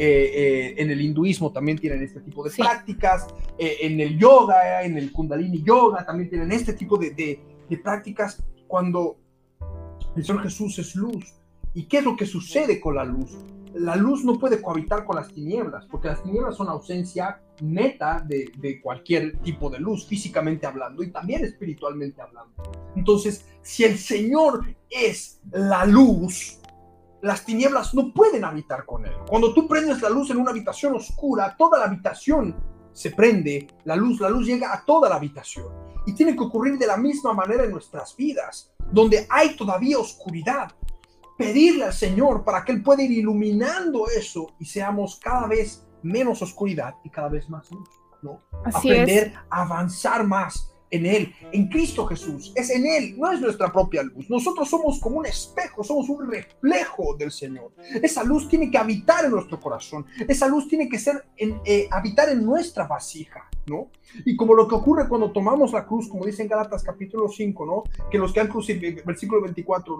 en el hinduismo también tienen este tipo de prácticas, en el yoga, en el kundalini yoga también tienen este tipo de prácticas, cuando el Señor Jesús es luz. ¿Y qué es lo que sucede con la luz? La luz no puede cohabitar con las tinieblas, porque las tinieblas son ausencia neta de cualquier tipo de luz, físicamente hablando y también espiritualmente hablando. Entonces, si el Señor es la luz, las tinieblas no pueden habitar con Él. Cuando tú prendes la luz en una habitación oscura, toda la habitación se prende, la luz llega a toda la habitación. Y tiene que ocurrir de la misma manera en nuestras vidas, donde hay todavía oscuridad. Pedirle al Señor para que Él pueda ir iluminando eso y seamos cada vez menos oscuridad y cada vez más luz, ¿no? Aprender a avanzar más en Él, en Cristo Jesús. Es en Él, no es nuestra propia luz. Nosotros somos como un espejo, somos un reflejo del Señor. Esa luz tiene que habitar en nuestro corazón. Esa luz tiene que habitar en nuestra vasija, ¿no? Y como lo que ocurre cuando tomamos la cruz, como dice en Gálatas capítulo 5, ¿no? Que los que han crucificado, versículo 24,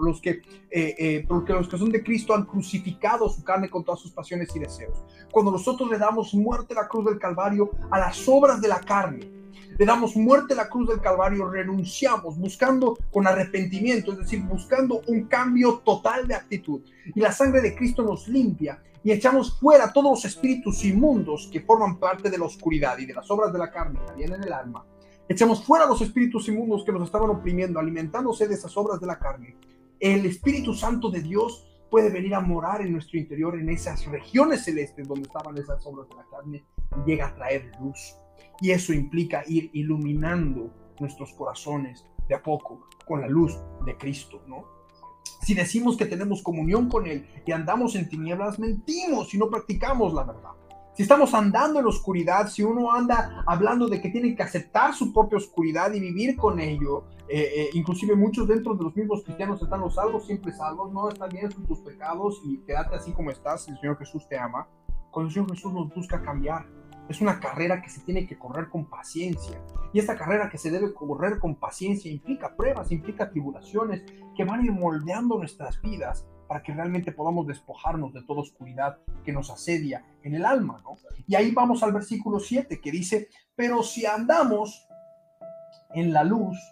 porque los que son de Cristo han crucificado su carne con todas sus pasiones y deseos. Cuando nosotros le damos muerte a la cruz del Calvario, a las obras de la carne, le damos muerte a la cruz del Calvario, renunciamos, buscando con arrepentimiento, es decir, buscando un cambio total de actitud. Y la sangre de Cristo nos limpia y echamos fuera todos los espíritus inmundos que forman parte de la oscuridad y de las obras de la carne, también en el alma. Echamos fuera los espíritus inmundos que nos estaban oprimiendo, alimentándose de esas obras de la carne. El Espíritu Santo de Dios puede venir a morar en nuestro interior, en esas regiones celestes donde estaban esas obras de la carne, y llega a traer luz. Y eso implica ir iluminando nuestros corazones de a poco con la luz de Cristo, ¿no? Si decimos que tenemos comunión con Él y andamos en tinieblas, mentimos y no practicamos la verdad. Si estamos andando en oscuridad, si uno anda hablando de que tiene que aceptar su propia oscuridad y vivir con ello, inclusive muchos dentro de los mismos cristianos están los salvos, siempre salvos, no, están bien con tus pecados y quédate así como estás, el Señor Jesús te ama. Cuando el Señor Jesús nos busca cambiar, es una carrera que se tiene que correr con paciencia. Y esta carrera que se debe correr con paciencia implica pruebas, implica tribulaciones que van a ir moldeando nuestras vidas para que realmente podamos despojarnos de toda oscuridad que nos asedia en el alma, ¿no? Y ahí vamos al versículo 7 que dice, pero si andamos en la luz,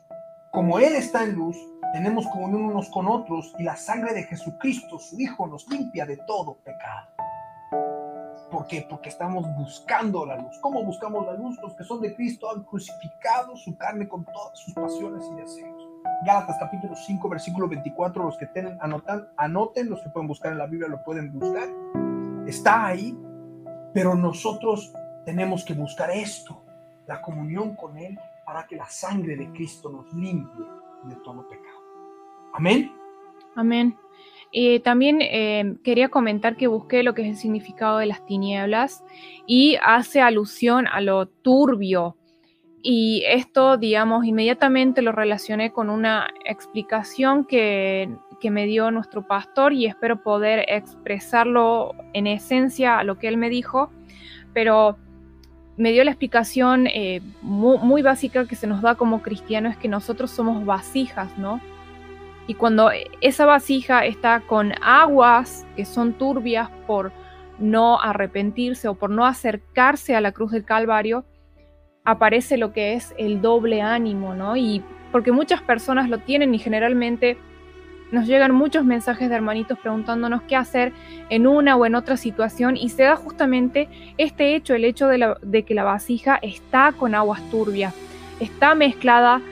como Él está en luz, tenemos comunión unos con otros y la sangre de Jesucristo, su Hijo, nos limpia de todo pecado. ¿Por qué? Porque estamos buscando la luz. ¿Cómo buscamos la luz? Los que son de Cristo han crucificado su carne con todas sus pasiones y deseos. Gálatas capítulo 5, versículo 24, los que tienen, anoten, los que pueden buscar en la Biblia lo pueden buscar. Está ahí, pero nosotros tenemos que buscar esto, la comunión con Él, para que la sangre de Cristo nos limpie de todo pecado. Amén. Amén. También quería comentar que busqué lo que es el significado de las tinieblas y hace alusión a lo turbio. Y esto, digamos, inmediatamente lo relacioné con una explicación que me dio nuestro pastor y espero poder expresarlo en esencia a lo que él me dijo, pero me dio la explicación muy básica que se nos da como cristianos, es que nosotros somos vasijas, ¿no? Y cuando esa vasija está con aguas que son turbias por no arrepentirse o por no acercarse a la cruz del Calvario, aparece lo que es el doble ánimo, ¿no? Y porque muchas personas lo tienen y generalmente nos llegan muchos mensajes de hermanitos preguntándonos qué hacer en una o en otra situación y se da justamente este hecho, el hecho de que la vasija está con aguas turbias, está mezclada,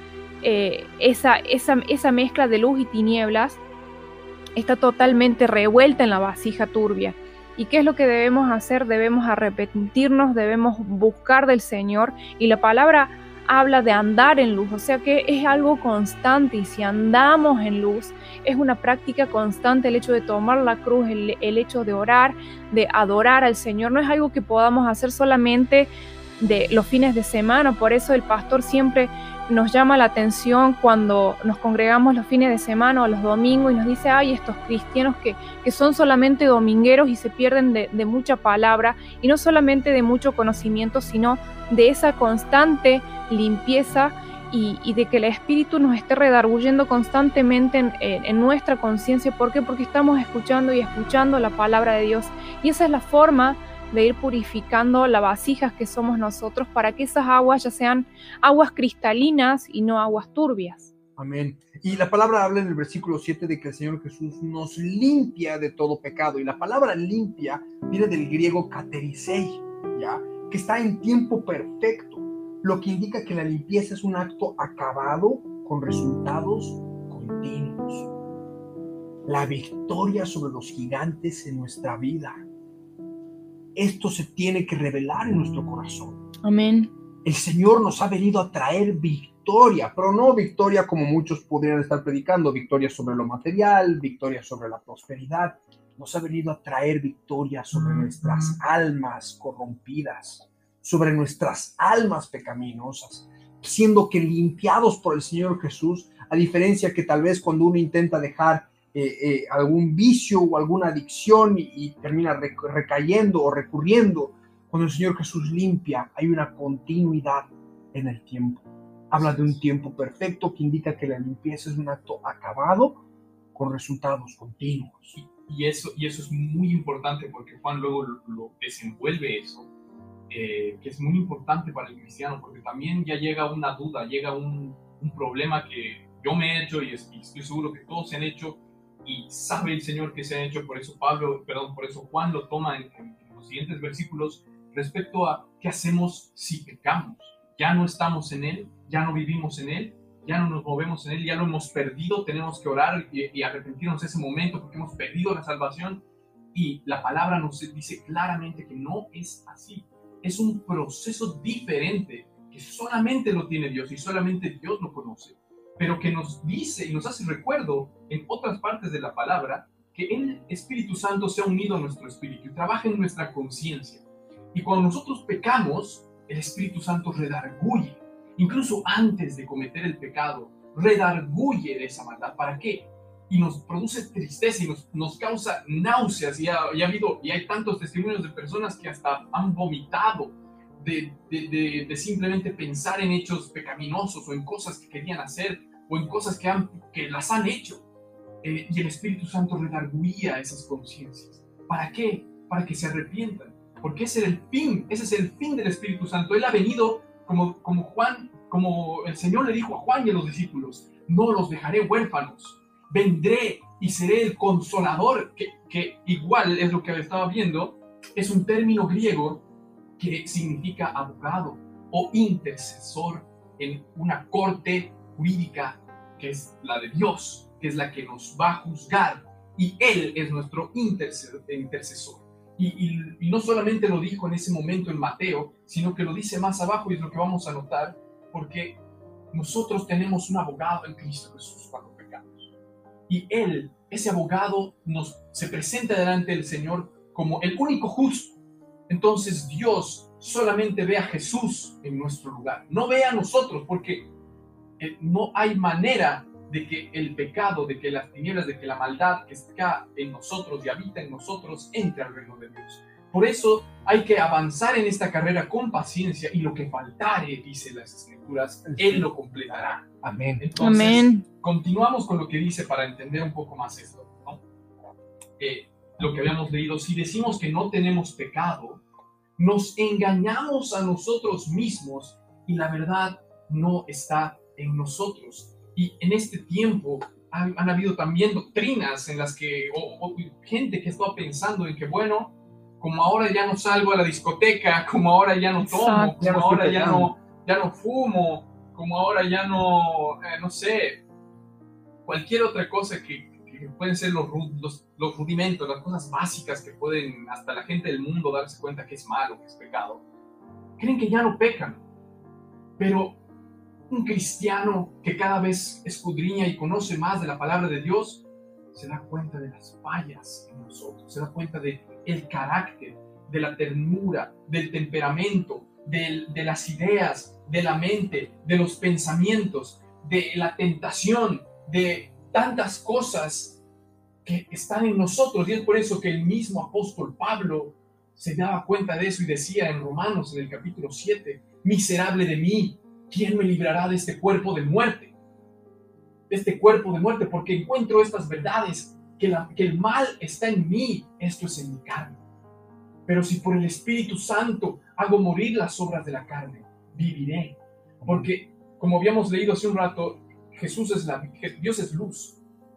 esa mezcla de luz y tinieblas está totalmente revuelta en la vasija turbia. ¿Y qué es lo que debemos hacer? Debemos arrepentirnos, debemos buscar del Señor, y la palabra habla de andar en luz, o sea que es algo constante, y si andamos en luz es una práctica constante el hecho de tomar la cruz, el hecho de orar, de adorar al Señor. No es algo que podamos hacer solamente de los fines de semana. Por eso el pastor siempre nos llama la atención cuando nos congregamos los fines de semana o los domingos y nos dice: ay, estos cristianos que son solamente domingueros y se pierden de mucha palabra, y no solamente de mucho conocimiento, sino de esa constante limpieza y de que el Espíritu nos esté redarguyendo constantemente en nuestra conciencia. ¿Por qué? Porque estamos escuchando y escuchando la palabra de Dios, y esa es la forma de ir purificando las vasijas que somos nosotros, para que esas aguas ya sean aguas cristalinas y no aguas turbias. Amén. Y la palabra habla en el versículo 7 de que el Señor Jesús nos limpia de todo pecado. Y la palabra limpia viene del griego katerisei, ¿ya? Que está en tiempo perfecto, lo que indica que la limpieza es un acto acabado con resultados continuos. La victoria sobre los gigantes en nuestra vida. Esto se tiene que revelar en nuestro corazón. Amén. El Señor nos ha venido a traer victoria, pero no victoria como muchos podrían estar predicando, victoria sobre lo material, victoria sobre la prosperidad. Nos ha venido a traer victoria sobre nuestras almas corrompidas, sobre nuestras almas pecaminosas, siendo que limpiados por el Señor Jesús, a diferencia que tal vez cuando uno intenta dejar algún vicio o alguna adicción y termina recayendo o recurriendo, cuando el Señor Jesús limpia, hay una continuidad en el tiempo. Habla de un tiempo perfecto que indica que la limpieza es un acto acabado con resultados continuos. Y eso es muy importante, porque Juan luego lo desenvuelve eso, que es muy importante para el cristiano, porque también ya llega una duda, llega un problema que yo me he hecho y estoy seguro que todos se han hecho, y sabe el Señor que se han hecho. Por eso Juan lo toma en los siguientes versículos respecto a qué hacemos si pecamos. Ya no estamos en Él, ya no vivimos en Él, ya no nos movemos en Él, ya lo hemos perdido, tenemos que orar y arrepentirnos ese momento porque hemos perdido la salvación. Y la palabra nos dice claramente que no es así. Es un proceso diferente que solamente lo tiene Dios y solamente Dios lo conoce, pero que nos dice y nos hace recuerdo en otras partes de la palabra que el Espíritu Santo se ha unido a nuestro espíritu y trabaja en nuestra conciencia. Y cuando nosotros pecamos, el Espíritu Santo redarguye, incluso antes de cometer el pecado, redarguye de esa maldad. ¿Para qué? Y nos produce tristeza y nos causa náuseas. Y hay tantos testimonios de personas que hasta han vomitado de simplemente pensar en hechos pecaminosos o en cosas que querían hacer o en cosas que las han hecho. Y el Espíritu Santo redarguía esas conciencias. ¿Para qué? Para que se arrepientan. Porque ese es el fin del Espíritu Santo. Él ha venido, como Juan como el Señor le dijo a Juan y a los discípulos, no los dejaré huérfanos, vendré y seré el consolador, que igual es lo que estaba viendo, es un término griego que significa abogado o intercesor en una corte jurídica que es la de Dios, que es la que nos va a juzgar, y Él es nuestro intercesor. Y no solamente lo dijo en ese momento en Mateo, sino que lo dice más abajo, y es lo que vamos a notar, porque nosotros tenemos un abogado en Cristo Jesús cuando pecamos. Y Él, ese abogado, se presenta delante del Señor como el único justo. Entonces Dios solamente ve a Jesús en nuestro lugar, no ve a nosotros, porque no hay manera de que el pecado, de que las tinieblas, de que la maldad que está en nosotros y habita en nosotros entre al reino de Dios. Por eso hay que avanzar en esta carrera con paciencia, y lo que faltare, dice las Escrituras, Él lo completará. Amén. Entonces, Amén. continuamos con lo que dice para entender un poco más esto, ¿no? Lo que habíamos leído, si decimos que no tenemos pecado, nos engañamos a nosotros mismos y la verdad no está en nosotros. Y en este tiempo han habido también doctrinas en las que, o gente que estaba pensando en que, bueno, como ahora ya no salgo a la discoteca, como ahora ya no tomo, Exacto. como ahora ya no fumo, como ahora ya no sé, cualquier otra cosa que pueden ser los rudimentos, las cosas básicas que pueden hasta la gente del mundo darse cuenta que es malo, que es pecado, creen que ya no pecan. Pero un cristiano que cada vez escudriña y conoce más de la palabra de Dios, se da cuenta de las fallas en nosotros, se da cuenta del carácter, de la ternura, del temperamento, de las ideas, de la mente, de los pensamientos, de la tentación, de tantas cosas que están en nosotros. Y es por eso que el mismo apóstol Pablo se daba cuenta de eso y decía en Romanos, en el capítulo 7, miserable de mí, ¿quién me librará de este cuerpo de muerte? De este cuerpo de muerte, porque encuentro estas verdades, que el mal está en mí, esto es en mi carne. Pero si por el Espíritu Santo hago morir las obras de la carne, viviré. Porque, como habíamos leído hace un rato, Dios es luz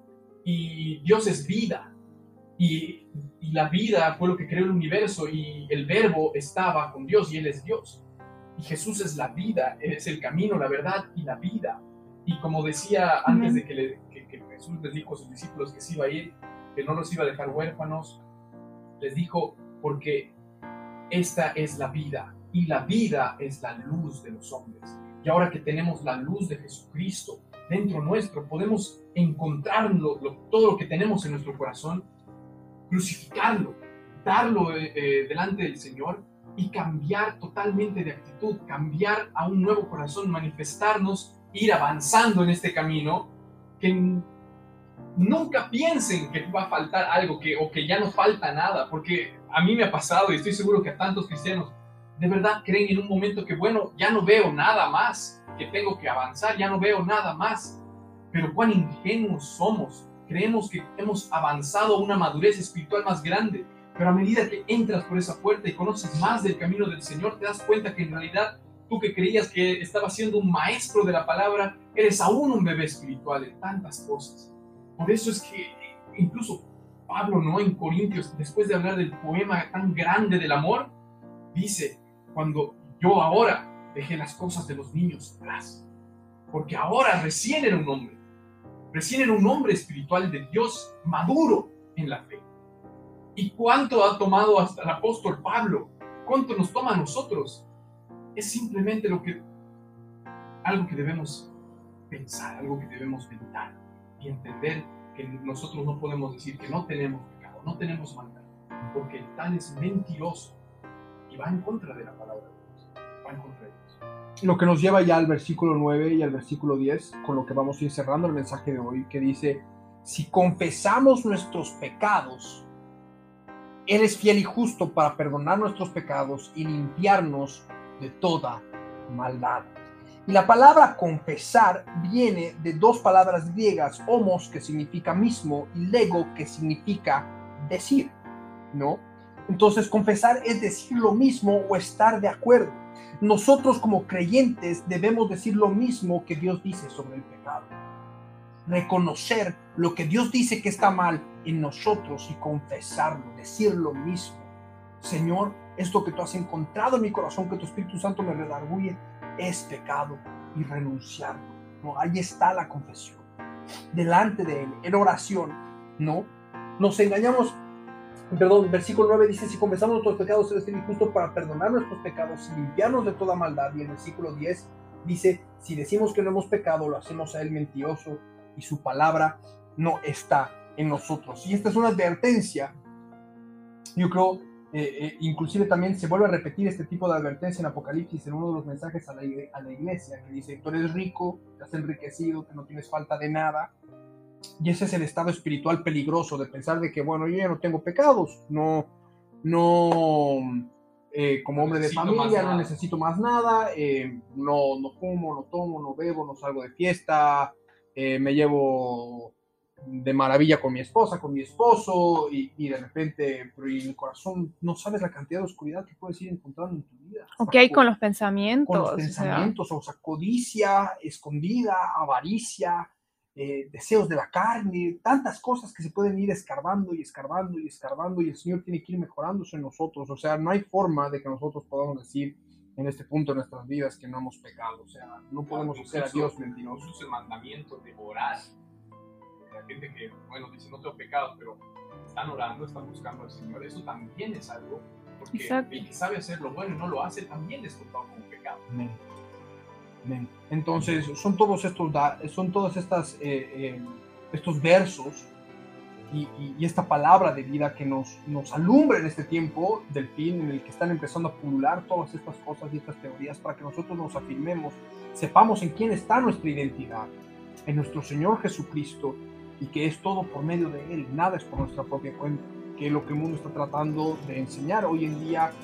y Dios es vida. Y la vida fue lo que creó el universo, y el verbo estaba con Dios y Él es Dios. Y Jesús es la vida, es el camino, la verdad y la vida. Y como decía antes de que Jesús les dijo a sus discípulos que se iba a ir, que no los iba a dejar huérfanos, les dijo, porque esta es la vida, y la vida es la luz de los hombres. Y ahora que tenemos la luz de Jesucristo dentro nuestro, podemos encontrarlo, todo lo que tenemos en nuestro corazón, crucificarlo, darlo delante del Señor, y cambiar totalmente de actitud, cambiar a un nuevo corazón, manifestarnos, ir avanzando en este camino, que nunca piensen que va a faltar algo, o que ya no falta nada, porque a mí me ha pasado, y estoy seguro que a tantos cristianos, de verdad creen en un momento que, bueno, ya no veo nada más, que tengo que avanzar, ya no veo nada más. Pero cuán ingenuos somos, creemos que hemos avanzado a una madurez espiritual más grande. Pero a medida que entras por esa puerta y conoces más del camino del Señor, te das cuenta que en realidad tú, que creías que estabas siendo un maestro de la palabra, eres aún un bebé espiritual en tantas cosas. Por eso es que incluso Pablo, ¿no?, en Corintios, después de hablar del poema tan grande del amor, dice, cuando yo ahora dejé las cosas de los niños atrás, porque ahora recién era un hombre espiritual de Dios, maduro en la fe. ¿Y cuánto ha tomado hasta el apóstol Pablo? ¿Cuánto nos toma a nosotros? Es simplemente algo que debemos pensar, algo que debemos meditar y entender, que nosotros no podemos decir que no tenemos pecado, no tenemos maldad, porque el tal es mentiroso y va en contra de la palabra de Dios, va en contra de Dios. Lo que nos lleva ya al versículo 9 y al versículo 10, con lo que vamos a ir cerrando el mensaje de hoy, que dice, si confesamos nuestros pecados, Él es fiel y justo para perdonar nuestros pecados y limpiarnos de toda maldad. Y la palabra confesar viene de dos palabras griegas, homos, que significa mismo, y lego, que significa decir, ¿no? Entonces, confesar es decir lo mismo o estar de acuerdo. Nosotros como creyentes debemos decir lo mismo que Dios dice sobre el pecado. Reconocer lo que Dios dice que está mal en nosotros y confesarlo, decir lo mismo. Señor, esto que tú has encontrado en mi corazón, que tu Espíritu Santo me redarguye, es pecado, y renunciarlo. ¿No? Ahí está la confesión, delante de Él, en oración. ¿No? Nos engañamos. Versículo 9 dice: si confesamos nuestros pecados, Él es fiel y justo para perdonar nuestros pecados y limpiarnos de toda maldad. Y el versículo 10 dice: si decimos que no hemos pecado, lo hacemos a Él mentiroso y su palabra no está en nosotros. Y esta es una advertencia. Yo creo, inclusive también se vuelve a repetir este tipo de advertencia en Apocalipsis, en uno de los mensajes a la iglesia, que dice: tú eres rico, te has enriquecido, que no tienes falta de nada. Y ese es el estado espiritual peligroso de pensar de que, bueno, yo ya no tengo pecados, como hombre de familia no necesito más nada, no fumo, no tomo, no bebo, no salgo de fiesta, me llevo de maravilla con mi esposa, con mi esposo, y de repente, pero en el corazón no sabes la cantidad de oscuridad que puedes ir encontrando en tu vida. Ok, con los pensamientos. Con los pensamientos, o sea, codicia escondida, avaricia, deseos de la carne, tantas cosas que se pueden ir escarbando y escarbando y escarbando, y el Señor tiene que ir mejorándose en nosotros. O sea, no hay forma de que nosotros podamos decir en este punto de nuestras vidas que no hemos pecado. O sea, no podemos hacer a Dios mentiroso. Incluso el mandamiento de orar. La gente que, bueno, dice no tengo pecado, pero están orando, están buscando al Señor. Eso también es algo, porque Exacto. el que sabe hacer lo bueno y no lo hace, también es contado como pecado. Amén. Amén. Entonces, son todos estos versos y esta palabra de vida que nos alumbra en este tiempo del fin, en el que están empezando a pulular todas estas cosas y estas teorías, para que nosotros nos afirmemos, sepamos en quién está nuestra identidad, en nuestro Señor Jesucristo, y que es todo por medio de Él, nada es por nuestra propia cuenta, que es lo que el mundo está tratando de enseñar hoy en día.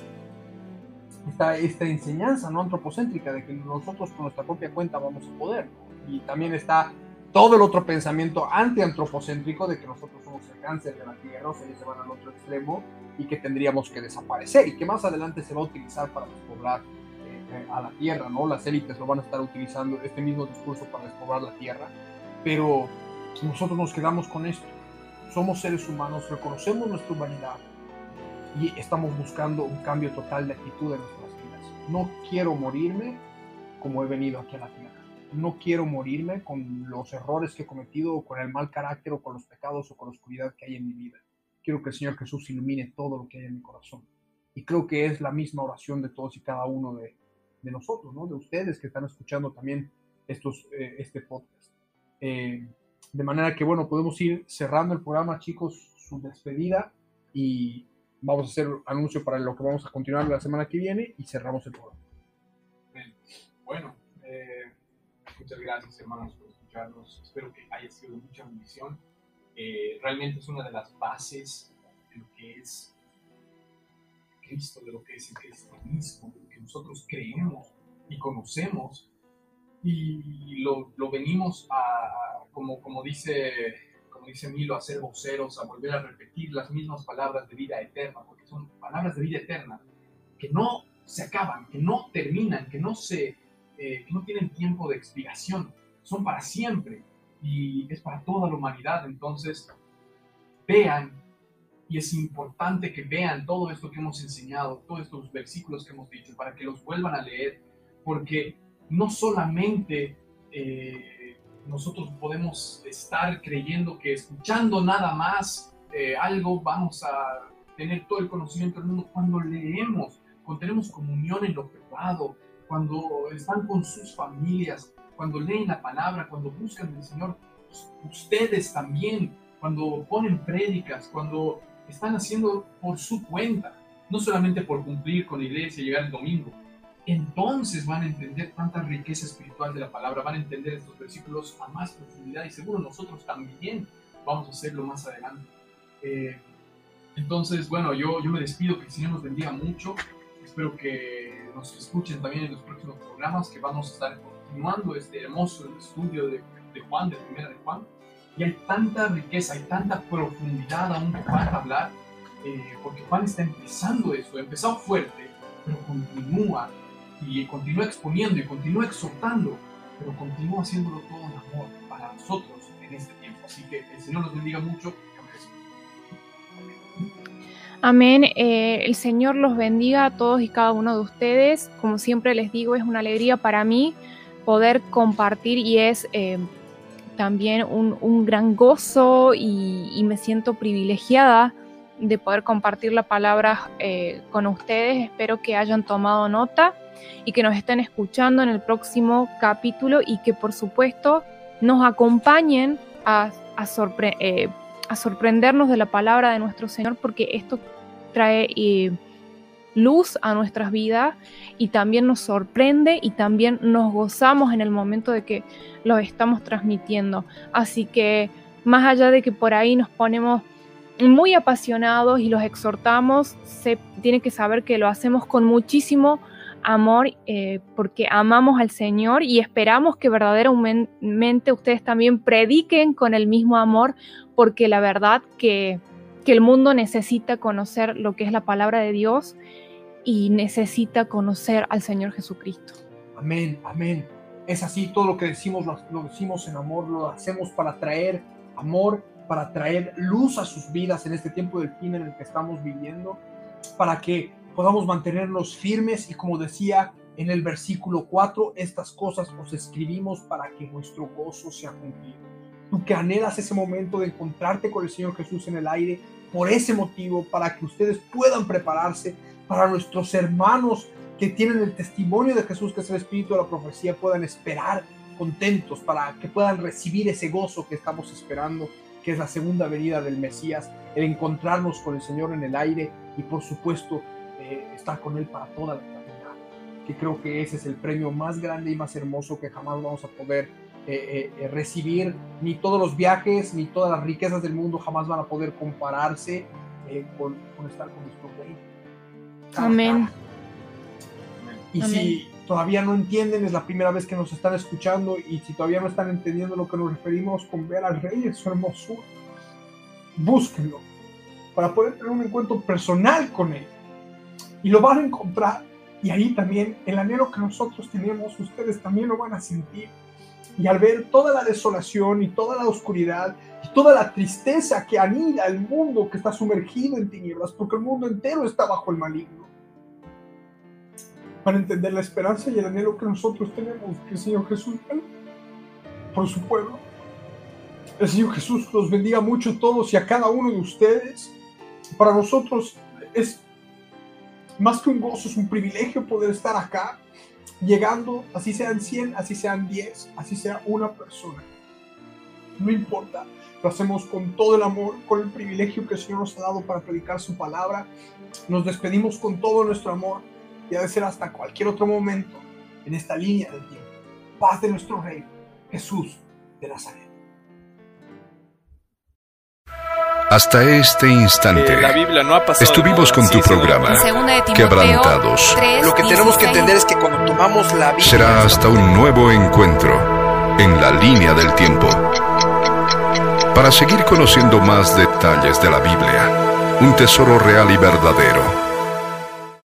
Esta enseñanza no antropocéntrica de que nosotros por nuestra propia cuenta vamos a poder, y también está todo el otro pensamiento antiantropocéntrico de que nosotros somos el cáncer de la tierra, o sea, ellos se van al otro extremo y que tendríamos que desaparecer, y que más adelante se va a utilizar para despoblar a la tierra, ¿no? Las élites lo van a estar utilizando, este mismo discurso, para despoblar la tierra, pero nosotros nos quedamos con esto. Somos seres humanos, reconocemos nuestra humanidad y estamos buscando un cambio total de actitud en nuestras vidas. No quiero morirme como he venido aquí a la tierra. No quiero morirme con los errores que he cometido, o con el mal carácter, o con los pecados, o con la oscuridad que hay en mi vida. Quiero que el Señor Jesús ilumine todo lo que hay en mi corazón. Y creo que es la misma oración de todos y cada uno de nosotros, ¿no? De ustedes que están escuchando también este podcast. De manera que, bueno, podemos ir cerrando el programa, chicos, su despedida, y vamos a hacer anuncio para lo que vamos a continuar la semana que viene, y cerramos el programa. Bueno, muchas gracias, hermanos, por escucharnos. Espero que haya sido de mucha bendición. Realmente es una de las bases de lo que es Cristo, de lo que es el cristianismo, de lo que nosotros creemos y conocemos, y lo venimos a, como dice Milo, a ser voceros, a volver a repetir las mismas palabras de vida eterna, porque son palabras de vida eterna que no se acaban, que no terminan, que no tienen tiempo de expiración, son para siempre, y es para toda la humanidad. Entonces, vean, y es importante que vean todo esto que hemos enseñado, todos estos versículos que hemos dicho, para que los vuelvan a leer, porque no solamente nosotros podemos estar creyendo que escuchando nada más algo vamos a tener todo el conocimiento del mundo. Cuando leemos, cuando tenemos comunión en lo privado, cuando están con sus familias, cuando leen la palabra, cuando buscan al Señor, ustedes también, cuando ponen prédicas, cuando están haciendo por su cuenta, no solamente por cumplir con la iglesia y llegar el domingo, entonces van a entender tanta riqueza espiritual de la palabra, van a entender estos versículos a más profundidad, y seguro nosotros también vamos a hacerlo más adelante. Entonces, bueno, yo me despido, que el Señor nos bendiga mucho. Espero que nos escuchen también en los próximos programas, que vamos a estar continuando este hermoso estudio de Juan, de Primera de Juan. Y hay tanta riqueza, hay tanta profundidad aún que falta hablar, porque Juan está empezando eso, empezó fuerte, pero continúa y continúa exponiendo y continúa exhortando, pero continúa haciéndolo todo en amor para nosotros en este tiempo. Así que el Señor los bendiga mucho. Amén. El Señor los bendiga a todos y cada uno de ustedes. Como siempre les digo, es una alegría para mí poder compartir y es también un gran gozo y me siento privilegiada de poder compartir la palabra con ustedes. Espero que hayan tomado nota y que nos estén escuchando en el próximo capítulo y que por supuesto nos acompañen a sorprendernos de la palabra de nuestro Señor, porque esto trae luz a nuestras vidas y también nos sorprende y también nos gozamos en el momento de que lo estamos transmitiendo. Así que más allá de que por ahí nos ponemos muy apasionados y los exhortamos, se tiene que saber que lo hacemos con muchísimo amor, porque amamos al Señor y esperamos que verdaderamente ustedes también prediquen con el mismo amor, porque la verdad que el mundo necesita conocer lo que es la palabra de Dios y necesita conocer al Señor Jesucristo. Amén, amén. Es así, todo lo que decimos lo decimos en amor, lo hacemos para traer amor, para traer luz a sus vidas en este tiempo del fin en el que estamos viviendo, para que podamos mantenernos firmes y, como decía en el versículo 4, estas cosas os escribimos para que vuestro gozo sea cumplido. Tú que anhelas ese momento de encontrarte con el Señor Jesús en el aire, por ese motivo, para que ustedes puedan prepararse, para nuestros hermanos que tienen el testimonio de Jesús, que es el espíritu de la profecía, puedan esperar contentos, para que puedan recibir ese gozo que estamos esperando, que es la segunda venida del Mesías, el encontrarnos con el Señor en el aire y, por supuesto, estar con Él para toda la eternidad. Que creo que ese es el premio más grande y más hermoso que jamás vamos a poder recibir. Ni todos los viajes, ni todas las riquezas del mundo jamás van a poder compararse con estar con nuestro Rey. Amén. Y Amén. Si todavía no entienden, es la primera vez que nos están escuchando, y si todavía no están entendiendo lo que nos referimos con ver al Rey en su hermosura, búsquenlo para poder tener un encuentro personal con Él, y lo van a encontrar. Y ahí también el anhelo que nosotros tenemos, ustedes también lo van a sentir. Y al ver toda la desolación y toda la oscuridad y toda la tristeza que anida el mundo que está sumergido en tinieblas, porque el mundo entero está bajo el maligno, para entender la esperanza y el anhelo que nosotros tenemos, que el Señor Jesús da por su pueblo. El Señor Jesús los bendiga mucho a todos y a cada uno de ustedes. Para nosotros es más que un gozo, es un privilegio poder estar acá, llegando, así sean 100, así sean 10, así sea una persona. No importa, lo hacemos con todo el amor, con el privilegio que el Señor nos ha dado para predicar su palabra. Nos despedimos con todo nuestro amor, y ha de ser hasta cualquier otro momento en esta línea del tiempo. Paz de nuestro Rey, Jesús de Nazaret. Hasta este instante La Biblia no ha pasado estuvimos con tu programa En 2 de Timoteo Quebrantados. 3, Lo que tenemos que 16. entender es que cuando tomamos la Biblia, Será hasta un nuevo encuentro en la línea del tiempo, para seguir conociendo más detalles de la Biblia, un tesoro real y verdadero